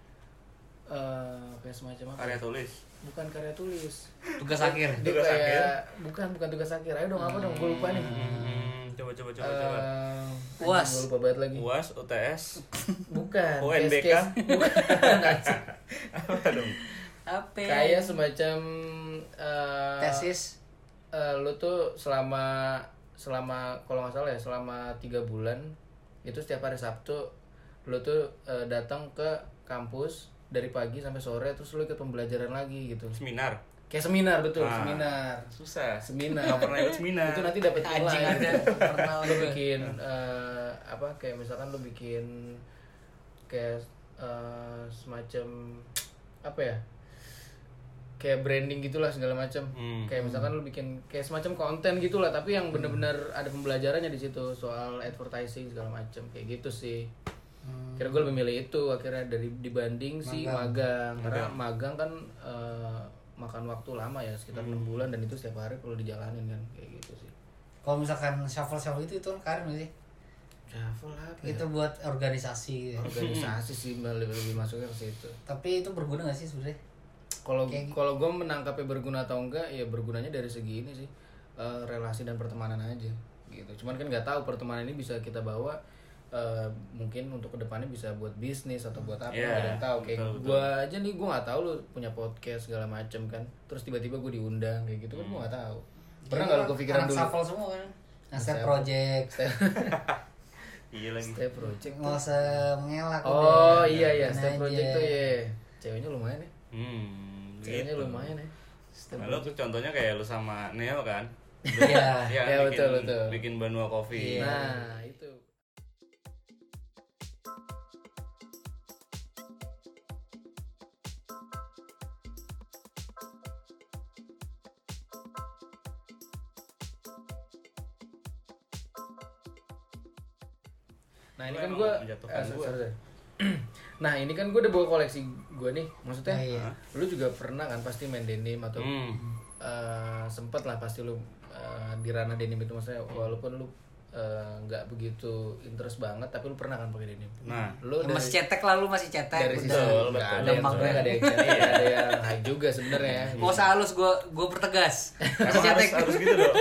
eh kayak semacam apa?
Karya tulis.
Bukan karya tulis.
Tugas akhir.
Dia
Tugas
kayak bukan bukan tugas akhir. Ayo dong apa dong? Gue lupa nih.
Hmm, coba coba coba coba.
Eh,
U A S.
Gue lupa banget lagi.
U A S, U T S,
Bukan.
U N B K.
Case-case. Bukan.
apa dong?
Apa?
Kayak semacam eh,
tesis.
eh, lu tuh selama selama kalau nggak salah ya selama tiga bulan itu setiap hari Sabtu lu tuh eh, datang ke kampus dari pagi sampai sore terus lu ikut pembelajaran lagi gitu.
Seminar.
Kayak seminar betul,
Ah.
seminar.
Susah.
Seminar.
Nggak pernah ikut seminar.
Itu nanti dapat
Anjing
nilai.
ada pernah
Lu
gue.
bikin eh, apa kayak misalkan lu bikin kayak eh, semacam apa ya? Kayak branding gitulah segala macam.
Hmm.
Kayak misalkan lu bikin kayak semacam konten gitulah tapi yang bener-bener ada pembelajarannya di situ soal advertising segala macam kayak gitu sih.
Hmm.
Kira gue lebih milih itu akhirnya dari dibanding si magang karena
Magang.
magang kan eh, makan waktu lama ya sekitar enam bulan dan itu setiap hari perlu dijalanin kan kayak gitu sih.
Kalau misalkan shuffle shuffle itu itu karir nggak sih?
Travel apa ya?
Itu buat organisasi.
Organisasi sih lebih, lebih masuknya ke situ.
Tapi itu berguna nggak sih sebenarnya?
Kalau
Kayak-
kalau gue menangkapnya berguna atau enggak ya bergunanya dari segi ini sih eh, relasi dan pertemanan aja gitu. Cuman kan nggak tahu pertemanan ini bisa kita bawa eh, mungkin untuk kedepannya bisa buat bisnis atau buat apa
Iya,
nggak ada yang tahu. Kayak
betul, betul.
gue aja nih gue nggak tahu lu punya podcast segala macem kan. Terus tiba-tiba gue diundang kayak gitu kan gue nggak tahu. Pernah nggak lu kepikiran
anak
dulu?
shuffle semua kan? Nah, step
Shuffle.
project.
Step,
Iya lagi.
step project. tuh.
Nggak usah mengelak.
Oh
udah.
iya iya
Main
step
aja.
project tuh ya. Ceweknya lumayan ya.
Hmm.
Ceweknya
gitu.
lumayan ya. Step
Nah, lu
project.
contohnya kayak lu sama Neo kan?
Iya.
Iya,
Ya,
bikin,
betul, betul.
bikin Banua Coffee.
Iya.
Nah itu. Nah ini
Lu
kan
emang
gue,
menjatuhkan gua.
nah ini kan gue udah bawa koleksi gue nih, maksudnya,
Oh, iya.
lu juga pernah kan pasti main denim atau
Hmm.
eh, sempet lah pasti lu eh, di ranah denim itu maksudnya walaupun lu eh, nggak begitu interest banget tapi lu pernah kan pakai denim.
Nah,
Lu
Ya, masih cetek lah lu masih cetek.
dari
udah.
sisi
Betul,
nggak
betul.
ada yang
Gampang
sebenarnya nggak ada yang cetek, nggak ada yang high juga sebenarnya.
Mau usah halus gue gue pertegas. Masih
emang harus,
cetek.
harus gitu dong.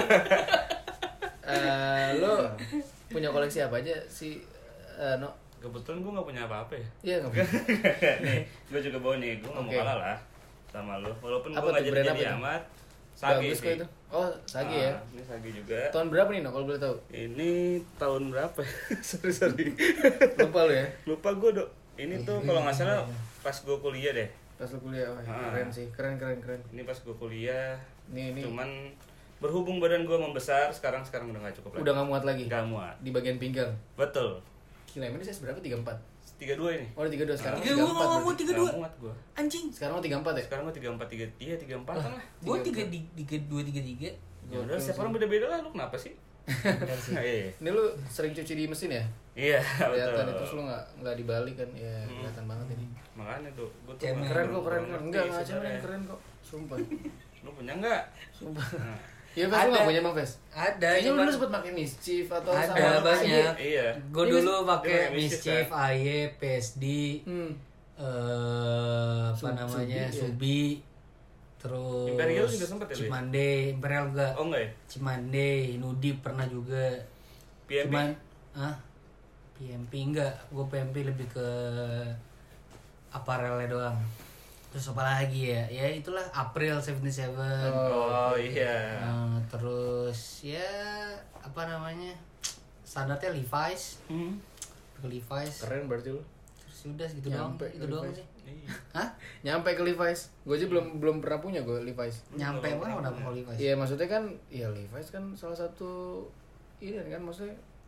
Eh, lu punya koleksi apa aja sih, eh, No?
Kebetulan gue gak punya apa-apa ya.
Iya nggak punya.
Nih, gue juga bawa nih. Gue gak
Oke.
mau kalah lah sama lu. Walaupun
Apa
gue
tuh,
gak
brand
jadi-jadi
apa tuh?
amat. Sage
Bagus kok
sih.
itu. Oh Sage
Ah,
ya.
Ini Sage juga.
Tahun berapa nih No kalau boleh tahu?
Ini tahun berapa ya? sorry, sorry.
Lupa lu ya.
Lupa gue dok. Ini tuh kalau nggak salah pas gue kuliah deh.
Pas lu kuliah, oh,
Ah.
keren sih, keren keren keren.
Ini pas gue kuliah.
Ini ini
Cuman berhubung badan gue membesar, sekarang sekarang udah gak cukup lagi.
udah nggak muat lagi.
Nggak muat.
Di bagian pinggang.
Betul.
Gila emang ini saya berapa? tiga puluh empat.
tiga dua ini.
Oh tiga puluh dua sekarang.
Tiga
tiga
gue
puluh empat.
nggak mau
berarti.
tiga dua.
Nggak muat gue.
Anjing.
Sekarang mau tiga puluh empat ya?
Sekarang gue tiga empat tiga iya tiga empat lah.
Gue tiga di tiga dua tiga tiga.
Ya udah, setiap orang beda-beda lah. Lu kenapa sih? Nah, iya.
Ini lu sering cuci di mesin ya?
Iya,
Kelihatan
betul.
itu terus lu nggak nggak dibalik kan? Ya kelihatan banget ini.
Makanya tuh, gue tuh
Cemen.
nggak-
Keren kok,
belum-
keren
belum
keren.
ngerti
Enggak nggak
sebenarnya.
cemen keren kok. Sumpah.
Lu punya nggak?
Sumpah.
Nah,
Iya, Ves, lu
Ada.
nggak punya Bang Ves?
Ada.
Kayaknya lu
cuman-
dulu sempet pakai mischief atau
Ada,
sama
banyak.
iya.
Gue
Ini
dulu
dia
pakai
pakai Mischief,
Mischief, A Y, P S D,
Hmm.
eh apa
Sub-
namanya,
Subi, ya.
Subi, terus
Imperial juga sempet ya, Bi?
Cimande, Imperial enggak,
Oh enggak ya?
Cimande, Nudi pernah juga.
P M P?
Cuman, ah, P M P enggak, gue P M P lebih ke aparelnya doang. Terus apa lagi ya? Ya itulah April tujuh puluh tujuh.
Oh iya.
Nah, terus ya apa namanya? Standarnya Levi's,
Hmm.
ke Levi's.
Keren berarti lu.
Terus udah gitu doang,
Nyampe
itu
ke
doang
Levi's.
sih.
Iya.
Hah?
Nyampe ke Levi's. Gue aja belum belum pernah punya gue Levi's.
Nyampe mana udah pakai Levi's?
Iya maksudnya kan, ya Levi's kan salah satu ini kan maksudnya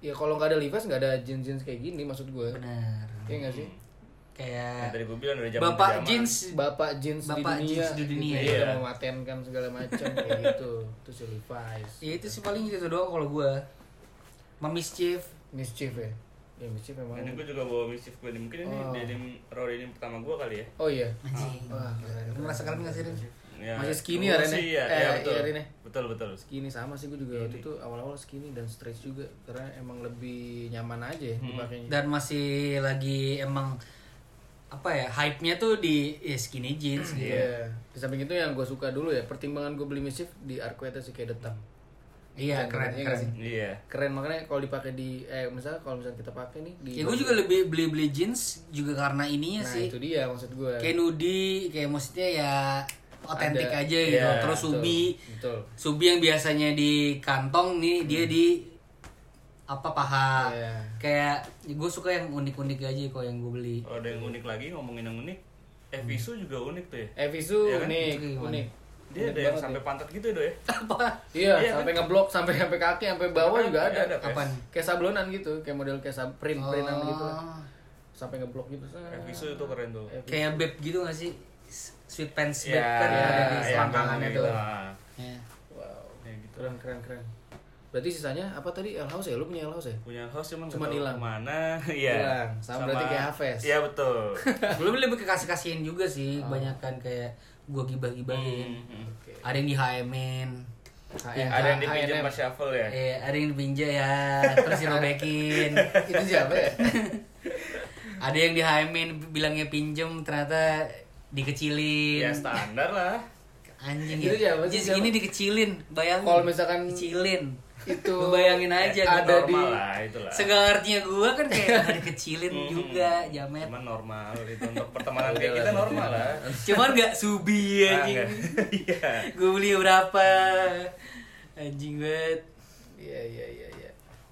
ya kalau nggak ada Levi's nggak ada jeans-jeans kayak gini maksud gue.
Benar.
Iya nggak sih?
Kayak
Yang tadi gue bilang dari zaman
bapak
zaman.
jeans
Bapak jeans
Bapak
di dunia,
jeans di dunia.
gitu,
Iya.
udah mematenkan segala macam kayak gitu. Itu si Levi's.
ya itu sih paling gitu doang kalau gue. Mischief.
Mischief ya. Ya Mischief memang.
Ini gue juga bawa mischief gue nih. Mungkin ini
Oh.
denim raw denim pertama gue kali ya.
Oh iya.
Anjing.
Wah, keren.
Lu merasa kalian nggak sih Rin?
Ya,
Masih skinny
dulu
ya, Ren, ya?
sih, ya,
Eh,
ya, betul.
iya, Rin, ya?
Betul betul.
Skinny sama sih gue juga waktu itu awal-awal skinny dan stretch juga karena emang lebih nyaman aja ya dipakainya.
Dan masih lagi emang apa ya hype-nya tuh di ya, skinny jeans gitu.
Iya. Di samping itu yang gue suka dulu ya, pertimbangan gue beli Mischief di Arquette sih kayak detak.
Iya keren
Iya nggak
keren.
sih?
Iya.
Keren makanya kalau dipakai di eh misalnya kalau misalnya kita pakai nih di
Ya gue juga lebih beli beli jeans juga karena ininya
Nah,
sih.
itu dia maksud gue.
Kayak Nudi, kayak maksudnya ya otentik
Ada.
aja gitu.
Iya,
Terus
Betul,
Subi,
Betul.
Subi yang biasanya di kantong nih dia di apa paha.
Hmm. Iya.
Kayak gue suka yang unik-unik aja kok yang gue beli.
Kalau ada yang unik lagi ngomongin yang unik, Evisu juga unik tuh ya.
Evisu
Iya kan?
unik,
Itu gimana?
unik.
Dia
Unik
ada yang
banget
sampai
ya.
pantat gitu ya, Do ya.
Apa?
Iya,
Iya,
sampai ngeblok, sampai sampai kaki, sampai bawah
Sampai
juga
kaki
ada.
ada, Pes.
Apaan?
Kayak sablonan gitu, kayak model kayak sab print-printan
Oh.
gitu lah. Sampai ngeblok gitu.
Evisu itu keren tuh.
Evisu.
Kayak beb gitu gak sih? Sweet pants beb
Ya,
kan ada di
ya,
selangkangannya
gitu.
tuh.
Ah,
Ya.
Wow.
ya gitu.
Keren keren keren. Berarti sisanya apa tadi? L House ya? Lu punya L House ya?
Punya host cuman
Cuman
nggak tahu
hilang.
kemana. Iya.
Hilang. Sama berarti kayak Hafez.
Iya betul.
Belum lebih ke kasih-kasihin juga sih, kebanyakan kayak gua gibah-gibahin.
Hmm, hmm.
Oke.
Ada yang di H M-in.
H-
Ada yang
H-
dipinjam
H&M.
pas shuffle ya.
Eh, ada yang dipinjam ya, terus dirobekin.
Itu siapa ya?
Ada yang di H M-in bilangnya pinjem, ternyata dikecilin.
Ya standar lah.
Anjing
Itu
ya.
siapa sih,
Jeans
siapa?
ini dikecilin, bayangin.
Kalau misalkan
kecilin.
itu
Lu bayangin aja
ada
gitu.
di-
Normal lah itulah.
Segarnya gua kan kayak ada dikecilin
Hmm.
juga, jamet.
Cuman normal itu untuk pertemanan kayak kita normal lah.
Cuman gak subi
Ah,
anjing.
enggak. Iya.
Gue beli berapa? Anjing banget.
Iya iya iya iya.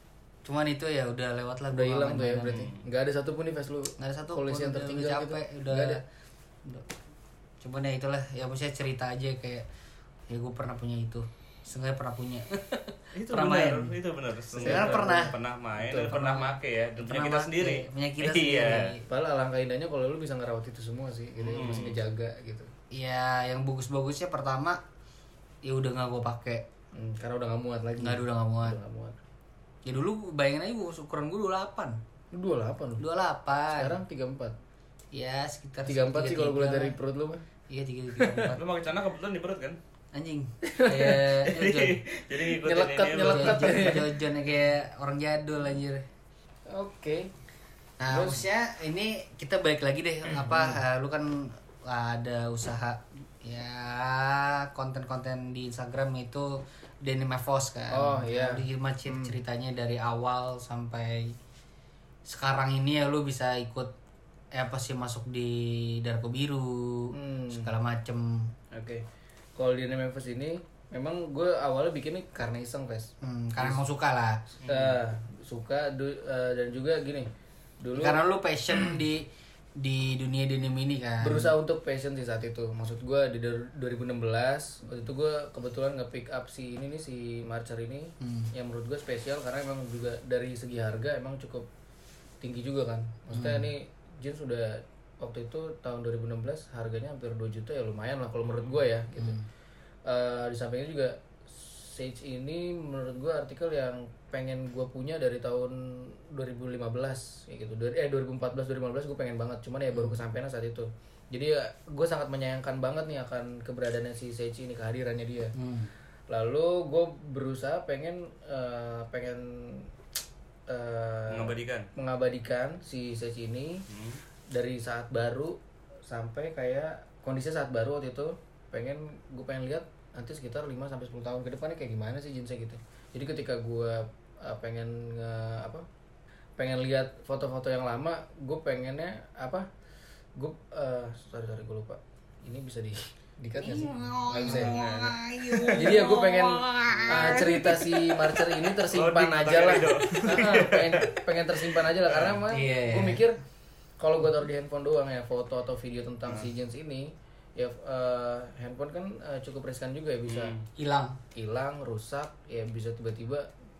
Cuman itu ya udah lewat lah.
Udah
gua
hilang tuh ya
main-main.
berarti. Enggak ada satupun nih Fes lu.
Nggak ada satu
polisi yang
udah-
tertinggal
udah capek,
gitu.
udah,
Nggak ada.
udah. Cuman ya itulah, ya maksudnya cerita aja kayak ya gue pernah punya itu. Seenggaknya pernah punya.
Itu
Pernah
benar,
main.
itu benar.
Sebenarnya pernah.
pernah main
Betul,
dan pernah make ya, dan punya
Pernah
kita
make,
sendiri.
punya kita
Iya.
sendiri.
Padahal alangkah indahnya kalau lu bisa ngerawat itu semua sih, gitu.
Hmm.
Mesti ngejaga gitu.
Ya yang bagus-bagusnya pertama ya udah nggak gue pakai.
Hmm, karena udah gak muat lagi.
Nggak, udah nggak muat.
Udah nggak muat.
Ya dulu bayangin aja gua ukuran gue dua puluh delapan.
Lu dua puluh delapan lu.
dua puluh delapan.
Sekarang tiga puluh empat.
Ya sekitar
tiga puluh empat sih kalau gue lihat dari
tiga puluh tiga
perut lu mah.
lah. Iya tiga puluh empat.
Lu pakai celana kebetulan di perut kan?
Anjing. Kayak
Jadi
Jojon.
jadi ngikutin
Nyelekat,
ini lu.
nyelekat.
Jojon, Jojon ya, kayak orang jadul anjir.
Oke.
Nah,
Terus?
maksudnya ini kita balik lagi deh apa eh, lu kan ada usaha ya konten-konten di Instagram itu Denim Evos kan.
Oh, iya.
Lu gimana cer- ceritanya dari awal sampai sekarang ini ya lu bisa ikut eh, apa sih masuk di Darko Biru
Hmm.
segala macem.
Oke. Kalau di Memphis ini memang gue awalnya bikinnya karena iseng, Fes.
Hmm, karena emang suka lah.
Eh, suka du- eh, dan juga gini. Dulu
Karena lu passion di di dunia denim ini kan.
berusaha untuk passion sih saat itu. Maksud gue di dua ribu enam belas waktu itu gue kebetulan nge-pick up si ini nih si Marcher ini
Hmm.
yang menurut gue spesial karena emang juga dari segi harga emang cukup tinggi juga kan. Maksudnya
Hmm.
ini jeans sudah waktu itu tahun dua ribu enam belas harganya hampir dua juta ya lumayan lah kalau menurut gue ya gitu.
Hmm.
Eh, di sampingnya juga Sage ini menurut gue artikel yang pengen gue punya dari tahun dua ribu lima belas kayak gitu. Dari eh dua ribu empat belas dua ribu lima belas gue pengen banget, cuman ya baru kesampaian saat itu. Jadi ya, gue sangat menyayangkan banget nih akan keberadaannya si Sage ini, kehadirannya dia.
Hmm.
Lalu gue berusaha pengen eh, pengen eh,
Mengabadikan.
mengabadikan si Sage ini
Hmm.
dari saat baru sampai kayak kondisinya saat baru waktu itu pengen gue pengen lihat nanti sekitar lima sampai sepuluh tahun ke depannya kayak gimana sih jeansnya gitu. Jadi ketika gue uh, pengen nge, apa pengen lihat foto-foto yang lama, gue pengennya apa gue uh, sorry sorry gue lupa ini bisa di dikat nggak sih? Nggak bisa ya? Jadi ya gue pengen uh, cerita si Marcher ini tersimpan
Oh, di-
aja lah.
pakai
Nah, pengen pengen tersimpan aja lah karena mah
Iya,
gue
iya.
mikir kalau gue taruh di handphone doang ya foto atau video tentang si jeans ini ya uh, handphone kan uh, cukup riskan juga ya bisa
Hmm.
Hilang.
hilang rusak ya bisa tiba-tiba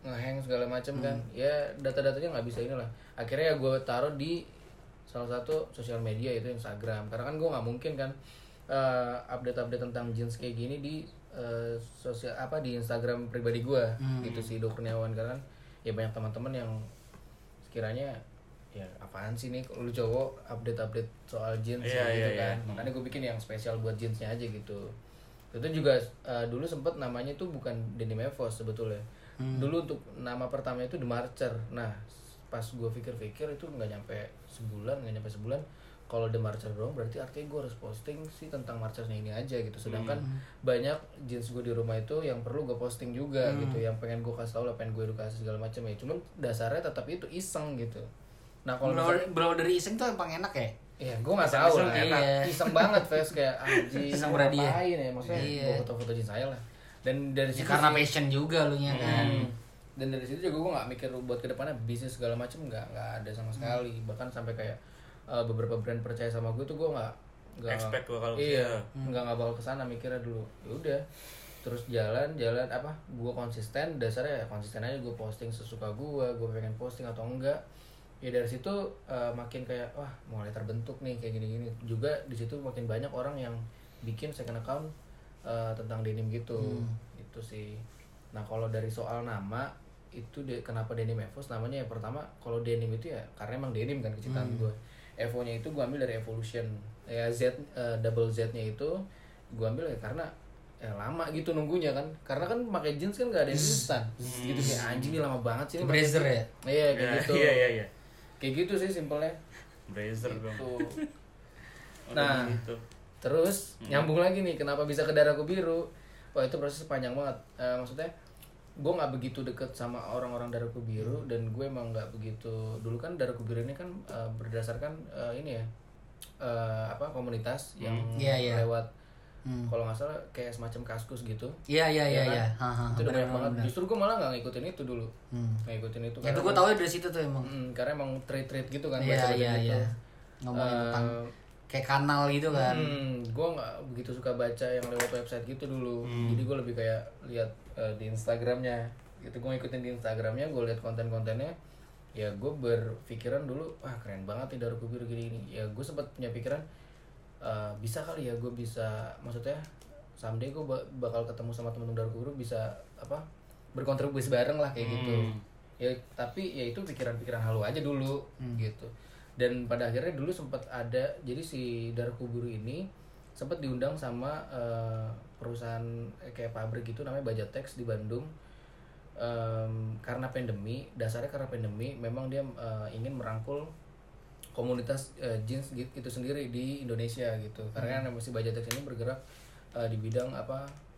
ngehang segala macam kan. Ya data-datanya nggak bisa inilah. Akhirnya ya gue taruh di salah satu sosial media itu Instagram. Karena kan gue nggak mungkin kan uh, update-update tentang jeans kayak gini di uh, sosial apa di Instagram pribadi gue hmm. gitu sih Do Kurniawan. Karena kan ya banyak teman-teman yang sekiranya ya apaan sih nih lu cowok update-update soal jeans
yeah,
gitu
yeah,
kan. Yeah. Makanya gue bikin yang spesial buat jeansnya aja gitu. Itu juga uh, dulu sempet namanya tuh bukan Denim Evos sebetulnya. Hmm. Dulu untuk nama pertama itu The Marcher. Nah pas gue pikir-pikir itu nggak nyampe sebulan, nggak nyampe sebulan. Kalau The Marcher doang berarti artinya gue harus posting sih tentang marchernya ini aja gitu. Sedangkan hmm. banyak jeans gue di rumah itu yang perlu gue posting juga hmm. gitu. Yang pengen gue kasih tau lah, pengen gue edukasi segala macam ya. Cuman dasarnya tetap itu iseng gitu. Nah kalau
berawal dari iseng tuh emang enak ya?
Iya, gue nggak tahu lah. Enak. Iya. Iseng banget, Fes kayak anjing.
Iseng berarti ya.
ya, maksudnya iya. Gue foto-foto jeans saya lah. Dan dari
ya,
situ
karena
sih,
passion juga lu nya kan.
Hmm. Dan dari situ juga gue nggak mikir buat kedepannya bisnis segala macam nggak nggak ada sama sekali. Hmm. Bahkan sampai kayak uh, beberapa brand percaya sama gue tuh gue nggak nggak
expect gue kalau
iya nggak hmm. nggak bakal kesana mikirnya dulu. Ya udah. Terus jalan jalan apa? Gue konsisten. Dasarnya ya konsisten aja gue posting sesuka gue. Gue pengen posting atau enggak. Ya dari situ uh, makin kayak wah mulai terbentuk nih kayak gini-gini. Juga di situ makin banyak orang yang bikin second account uh, tentang denim gitu. Hmm. Itu sih. Nah, kalau dari soal nama itu de, kenapa Denim Evos namanya ya pertama kalau denim itu ya karena emang denim kan kecintaan hmm. gue. Evo-nya itu gue ambil dari evolution. Ya Z uh, double Z-nya itu gue ambil ya karena ya lama gitu nunggunya kan. Karena kan pakai jeans kan enggak ada yang instan. Hmm. Gitu kayak anjing ini lama banget sih ini.
Blazer ya?
Iya, kayak
ya,
gitu.
Iya, iya, iya.
Kayak gitu sih simpelnya.
Blazer
gitu.
dong.
Nah, gitu. Terus hmm. nyambung lagi nih kenapa bisa ke Darahku Biru. Wah itu proses panjang banget. Uh, maksudnya gue nggak begitu deket sama orang-orang Darahku Biru hmm. dan gue emang nggak begitu dulu kan Darahku Biru ini kan uh, berdasarkan uh, ini ya uh, apa komunitas yang
hmm. yeah, yeah.
lewat hmm. kalau nggak salah kayak semacam Kaskus gitu.
Iya iya iya iya.
Itu udah banyak banget. Justru gue malah nggak ngikutin itu dulu. Hmm. Nggak ngikutin itu.
Ya, itu gue tahu dari situ tuh emang.
Hmm, karena emang trade-trade gitu kan.
Iya iya iya. Ngomongin uh, tentang kayak kanal gitu kan.
Hmm, gue nggak begitu suka baca yang lewat website gitu dulu. Hmm. Jadi gue lebih kayak lihat uh, di Instagramnya. Gitu gue ngikutin di Instagramnya, gue lihat konten-kontennya. Ya gue berpikiran dulu, wah keren banget nih Darahku Biru gini ini. Ya gue sempat punya pikiran uh, bisa kali ya gue bisa, maksudnya someday gue bakal ketemu sama temen-temen Darahku Biru bisa apa berkontribusi bareng lah kayak hmm. gitu. Ya tapi ya itu pikiran-pikiran halu aja dulu hmm. gitu. Dan pada akhirnya dulu sempat ada, jadi si Darahku Biru ini sempat diundang sama uh, perusahaan kayak pabrik gitu namanya Bajatex di Bandung. Um, karena pandemi, dasarnya karena pandemi memang dia uh, ingin merangkul komunitas uh, jeans gitu, itu sendiri di Indonesia gitu. Karena hmm. kan si Bajatex ini bergerak uh, di bidang apa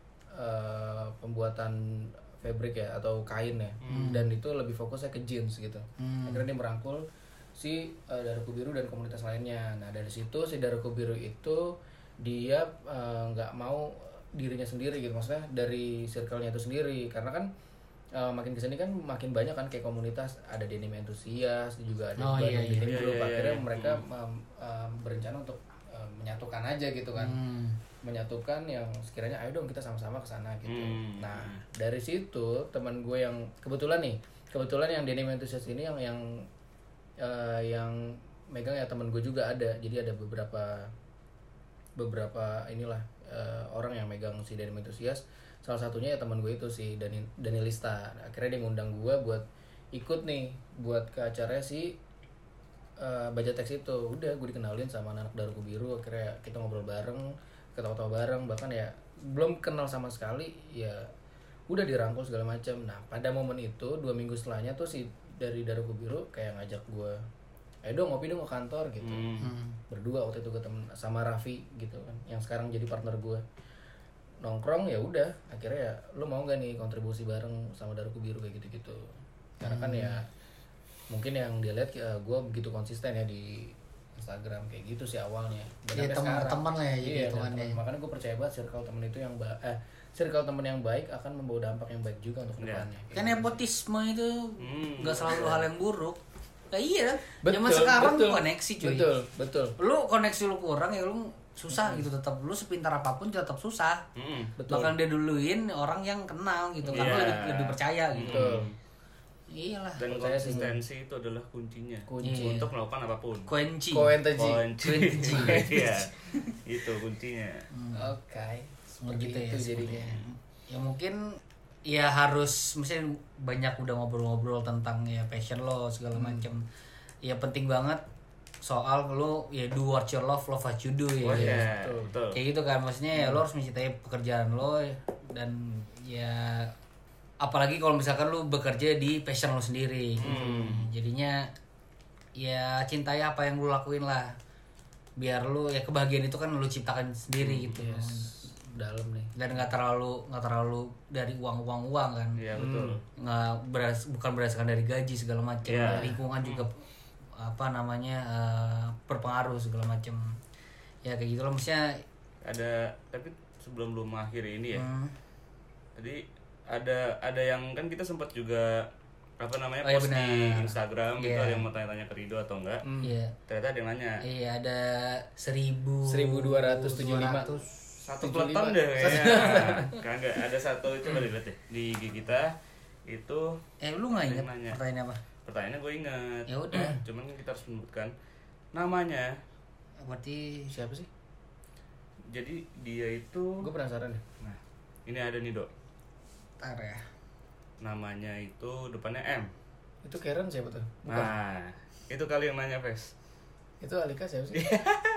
uh, pembuatan fabric ya atau kain ya. Hmm. Dan itu lebih fokusnya ke jeans gitu. Hmm. Akhirnya dia merangkul si uh, Darahku Biru dan komunitas lainnya. Nah dari situ si Darahku Biru itu dia nggak uh, mau dirinya sendiri gitu, maksudnya dari circle-nya itu sendiri. Karena kan uh, makin kesini kan makin banyak kan kayak komunitas, ada denim enthusiast juga ada
oh, iya,
denim
iya,
group.
iya, iya,
Akhirnya
iya.
mereka um, um, berencana untuk um, menyatukan aja gitu kan. Hmm. Menyatukan yang sekiranya ayo dong kita sama-sama ke sana gitu. Hmm. Nah dari situ teman gue yang kebetulan nih kebetulan yang denim enthusiast ini yang yang Uh, yang megang ya teman gue juga ada, jadi ada beberapa beberapa inilah uh, orang yang megang si denim enthusiast. Salah satunya ya teman gue itu si Dani Danilista. Akhirnya dia ngundang gue buat ikut nih buat ke acara si uh, Bajatex itu. Udah gue dikenalin sama anak Darahku Biru. Akhirnya kita ngobrol bareng, ketawa-tawa bareng, bahkan ya belum kenal sama sekali ya udah dirangkul segala macam. Nah pada momen itu dua minggu setelahnya tuh si dari Darahku Biru kayak ngajak gue, ayo dong ngopi dong ke kantor gitu. Hmm. Berdua waktu itu gue temen sama Raffi gitu kan, yang sekarang jadi partner gue. Nongkrong ya udah, akhirnya ya lo mau gak nih kontribusi bareng sama Darahku Biru kayak gitu-gitu. Karena kan ya mungkin yang dia lihat ya, gue begitu konsisten ya di Instagram kayak gitu sih awalnya. Dan
ya teman-teman lah ya
iya, gitu kan. Makanya gue percaya banget circle temen itu yang ba- eh circle temen yang baik akan membawa dampak yang baik juga untuk depannya.
Ya. Kan nepotisme itu nggak hmm. selalu hal yang buruk. Nah, iya,
betul,
zaman sekarang
betul,
koneksi cuy.
Betul, betul.
Lu koneksi lu kurang ya lu susah hmm. gitu, tetap lu sepintar apapun tetap susah. Hmm. Bahkan dia duluin orang yang kenal gitu, karena yeah. lebih lebih percaya gitu.
Betul.
Iyalah.
Dan
Percaya sih,
konsistensi itu adalah kuncinya
Kunci.
untuk melakukan apapun.
Kunci.
Koenteji.
Kunci.
Kunci.
Iya. Itu kuncinya.
Oke.
Seperti itu ya.
Itu jadinya.
sepertinya. Ya mungkin ya harus misalnya banyak udah ngobrol-ngobrol tentang ya passion lo segala macam. Ya penting banget soal lo ya do what you love, love what you do ya.
Oh,
ya.
iya, betul.
Kayak gitu kan maksudnya ya lo harus mencintai pekerjaan lo dan ya apalagi kalau misalkan lo bekerja di passion lo sendiri.
Hmm.
Jadinya ya cintai apa yang lo lakuin lah. Biar lo ya kebahagiaan itu kan lo ciptakan sendiri gitu.
Yes. Dalam nih.
Dan nggak terlalu nggak terlalu dari uang uang uang kan.
Iya, betul.
Nggak beras bukan berdasarkan dari gaji segala macam.
Iya.
Lingkungan juga apa namanya eh, berpengaruh segala macam. Ya kayak gitu loh maksudnya.
Ada tapi sebelum lu mengakhiri ini ya.
Hmm,
Tadi ada ada yang kan kita sempat juga apa namanya
Oh, iya,
post di
benar.
Instagram gitu,
Iya.
ada yang mau tanya-tanya ke Rido atau enggak.
Iya.
Ternyata ada yang nanya.
Iya ada seribu
seribu dua ratus tujuh puluh lima.
Satu
tujuh puluh
peleton
lima.
deh kayaknya. Kagak ada satu itu coba dilihat deh di I G kita itu.
Eh lu nggak
Ada
ingat
yang nanya.
pertanyaan apa?
Pertanyaannya gue inget.
Ya udah.
Cuman kan kita harus menyebutkan namanya.
Berarti
Siapa sih?
Jadi dia itu.
Gue penasaran deh.
Nah, ini ada nih Dok.
tar ya.
Namanya itu depannya M.
Itu Karen siapa tuh? Bukan.
Nah, itu kali yang nanya Ves.
Itu Alika siapa sih?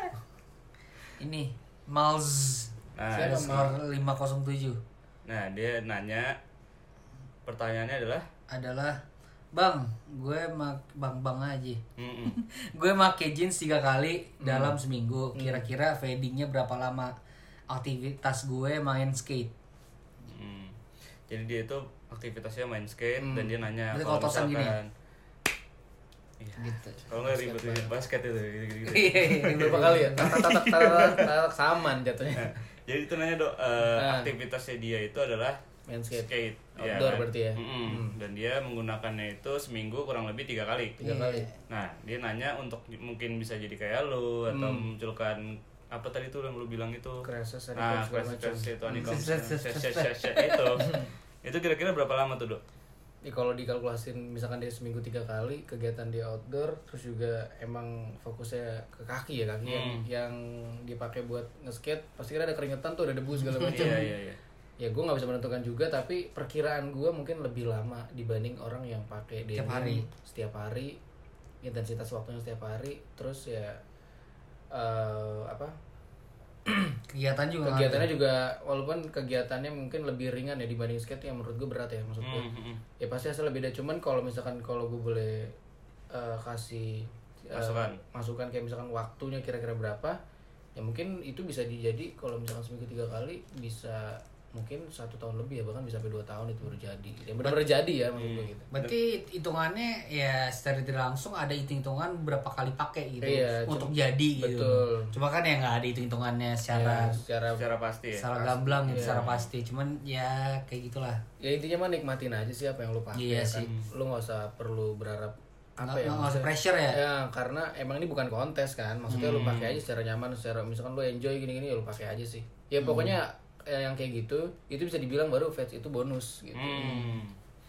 Ini Malz.
Nah,
Siapa?
Skor lima nol tujuh
nah dia nanya pertanyaannya adalah
adalah Bang, gue mak bang bang aja.
mm-mm.
Gue make jeans tiga kali dalam seminggu. Kira-kira fadingnya berapa lama? Aktivitas gue main skate.
Mm. Jadi dia itu aktivitasnya main skate
Hmm.
dan dia nanya
Berarti
kalau
kalau tosan gini ya?
misalkan iya.
Gitu.
Kalau nggak ribet-ribet basket itu gitu-gitu.
Iya.
Berapa kali ya? Tak tak tak tak tak tak saman jatuhnya.
Nah, jadi itu nanya Dok, eh,
Nah.
aktivitasnya dia itu adalah
Main skate.
skate.
Outdoor
kan?
berarti ya?
Mm-mm.
Hmm.
Dan dia menggunakannya itu seminggu kurang lebih tiga kali.
Tiga
Iya.
kali.
Nah, dia nanya untuk mungkin bisa jadi kayak lu atau
Hmm.
memunculkan apa tadi tuh yang lu bilang itu?
Crashes,
Nah,
honeycombs, segala
crash
macam.
crash itu honeycomb,
Hmm.
crash, crash, crash, crash, itu. Itu kira-kira berapa lama tuh, Dok?
Ya, kalau dikalkulasin misalkan dia seminggu tiga kali kegiatan dia outdoor, terus juga emang fokusnya ke kaki ya, kaki yang
Hmm.
yang dipakai buat nge-skate pasti kan ada keringetan tuh, ada debu segala macam.
Iya, iya, iya.
Ya gue nggak bisa menentukan juga, tapi perkiraan gue mungkin lebih lama dibanding orang yang pakai
Setiap
denim
hari.
setiap hari, intensitas waktunya setiap hari, terus ya eh, apa
Kegiatan juga.
kegiatannya juga walaupun kegiatannya mungkin lebih ringan ya dibanding skate yang menurut gue berat ya maksud gue.
Hmm, hmm, hmm.
Ya pasti hasilnya beda, cuman kalau misalkan kalau gue boleh eh, kasih eh,
Masukan.
masukan kayak misalkan waktunya kira-kira berapa, ya mungkin itu bisa dijadi kalau misalkan seminggu tiga kali bisa mungkin satu tahun lebih ya, bahkan bisa sampai dua tahun itu baru jadi ya benar-benar jadi ya maksud gue gitu.
Berarti hitungannya ya secara tidak langsung ada hitung-hitungan berapa kali pakai gitu
Iya,
untuk
cum-
jadi gitu.
betul.
Cuma kan ya nggak ada hitung-hitungannya secara
Ya, secara
Secara pasti ya.
secara gamblang gitu,
Iya.
secara pasti. Cuman ya kayak gitulah.
ya intinya mah nikmatin aja sih apa yang lu pakai
Iya
ya kan.
sih.
Lu nggak usah perlu berharap apa
Nggak-
ya
nggak usah
maksudnya-
pressure ya.
ya karena emang ini bukan kontes kan, maksudnya lu
Hmm.
pakai aja secara nyaman, secara misalkan lu enjoy gini-gini ya lu pakai aja sih
Hmm.
ya pokoknya eh, yang kayak gitu itu bisa dibilang baru fans itu bonus gitu.
Hmm.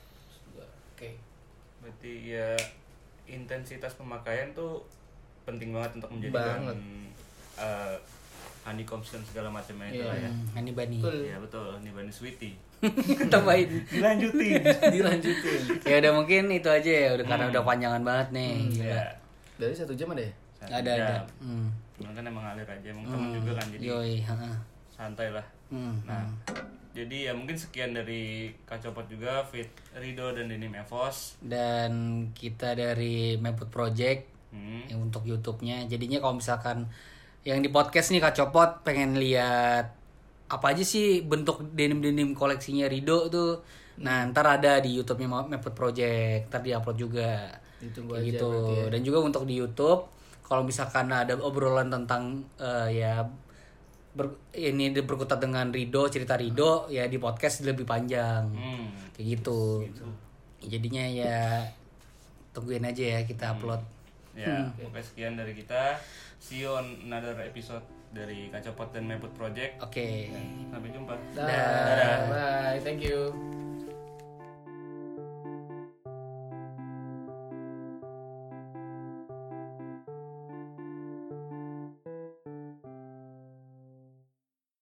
Oke.
Berarti ya intensitas pemakaian tuh penting banget untuk menjadikan
Banget.
eh, honeycomb dan segala macamnya itu
Iya.
lah ya.
Hmm, Hani Bani.
Betul.
Iya betul, ini Bani Sweetie.
Tambahin.
Dilanjutin.
Dilanjutin.
Ya udah mungkin itu aja ya, udah karena udah panjangan banget nih. Gila.
Ya.
Dari satu jam ada ya?
Satu
Ada ada.
jam.
Hmm.
Cuman kan emang ngalir aja, emang temen juga kan jadi
Yoi, heeh.
santai lah.
Hmm.
Nah, jadi ya mungkin sekian dari Kacopot juga, Fit Rido dan Denim Evos.
Dan kita dari Meput Project
Hmm.
yang untuk YouTube-nya. Jadinya kalau misalkan yang di podcast nih Kak Copot pengen lihat apa aja sih bentuk denim-denim koleksinya Rido tuh. Nah, ntar ada di YouTube-nya Meput Project, ntar di-upload juga.
Ditunggu
Kayak
aja
gitu.
berarti ya.
Dan juga untuk di YouTube kalau misalkan ada obrolan tentang eh, ya ber- ini berkutat dengan Rido, cerita Rido ya di podcast lebih panjang.
Hmm.
Kayak gitu.
Gitu.
Jadinya ya tungguin aja ya kita upload.
Ya, pokoknya sekian dari kita. See you on another episode dari Kacopot dan Meput Project.
Oke.
Sampai jumpa.
Dah. Bye. Thank you.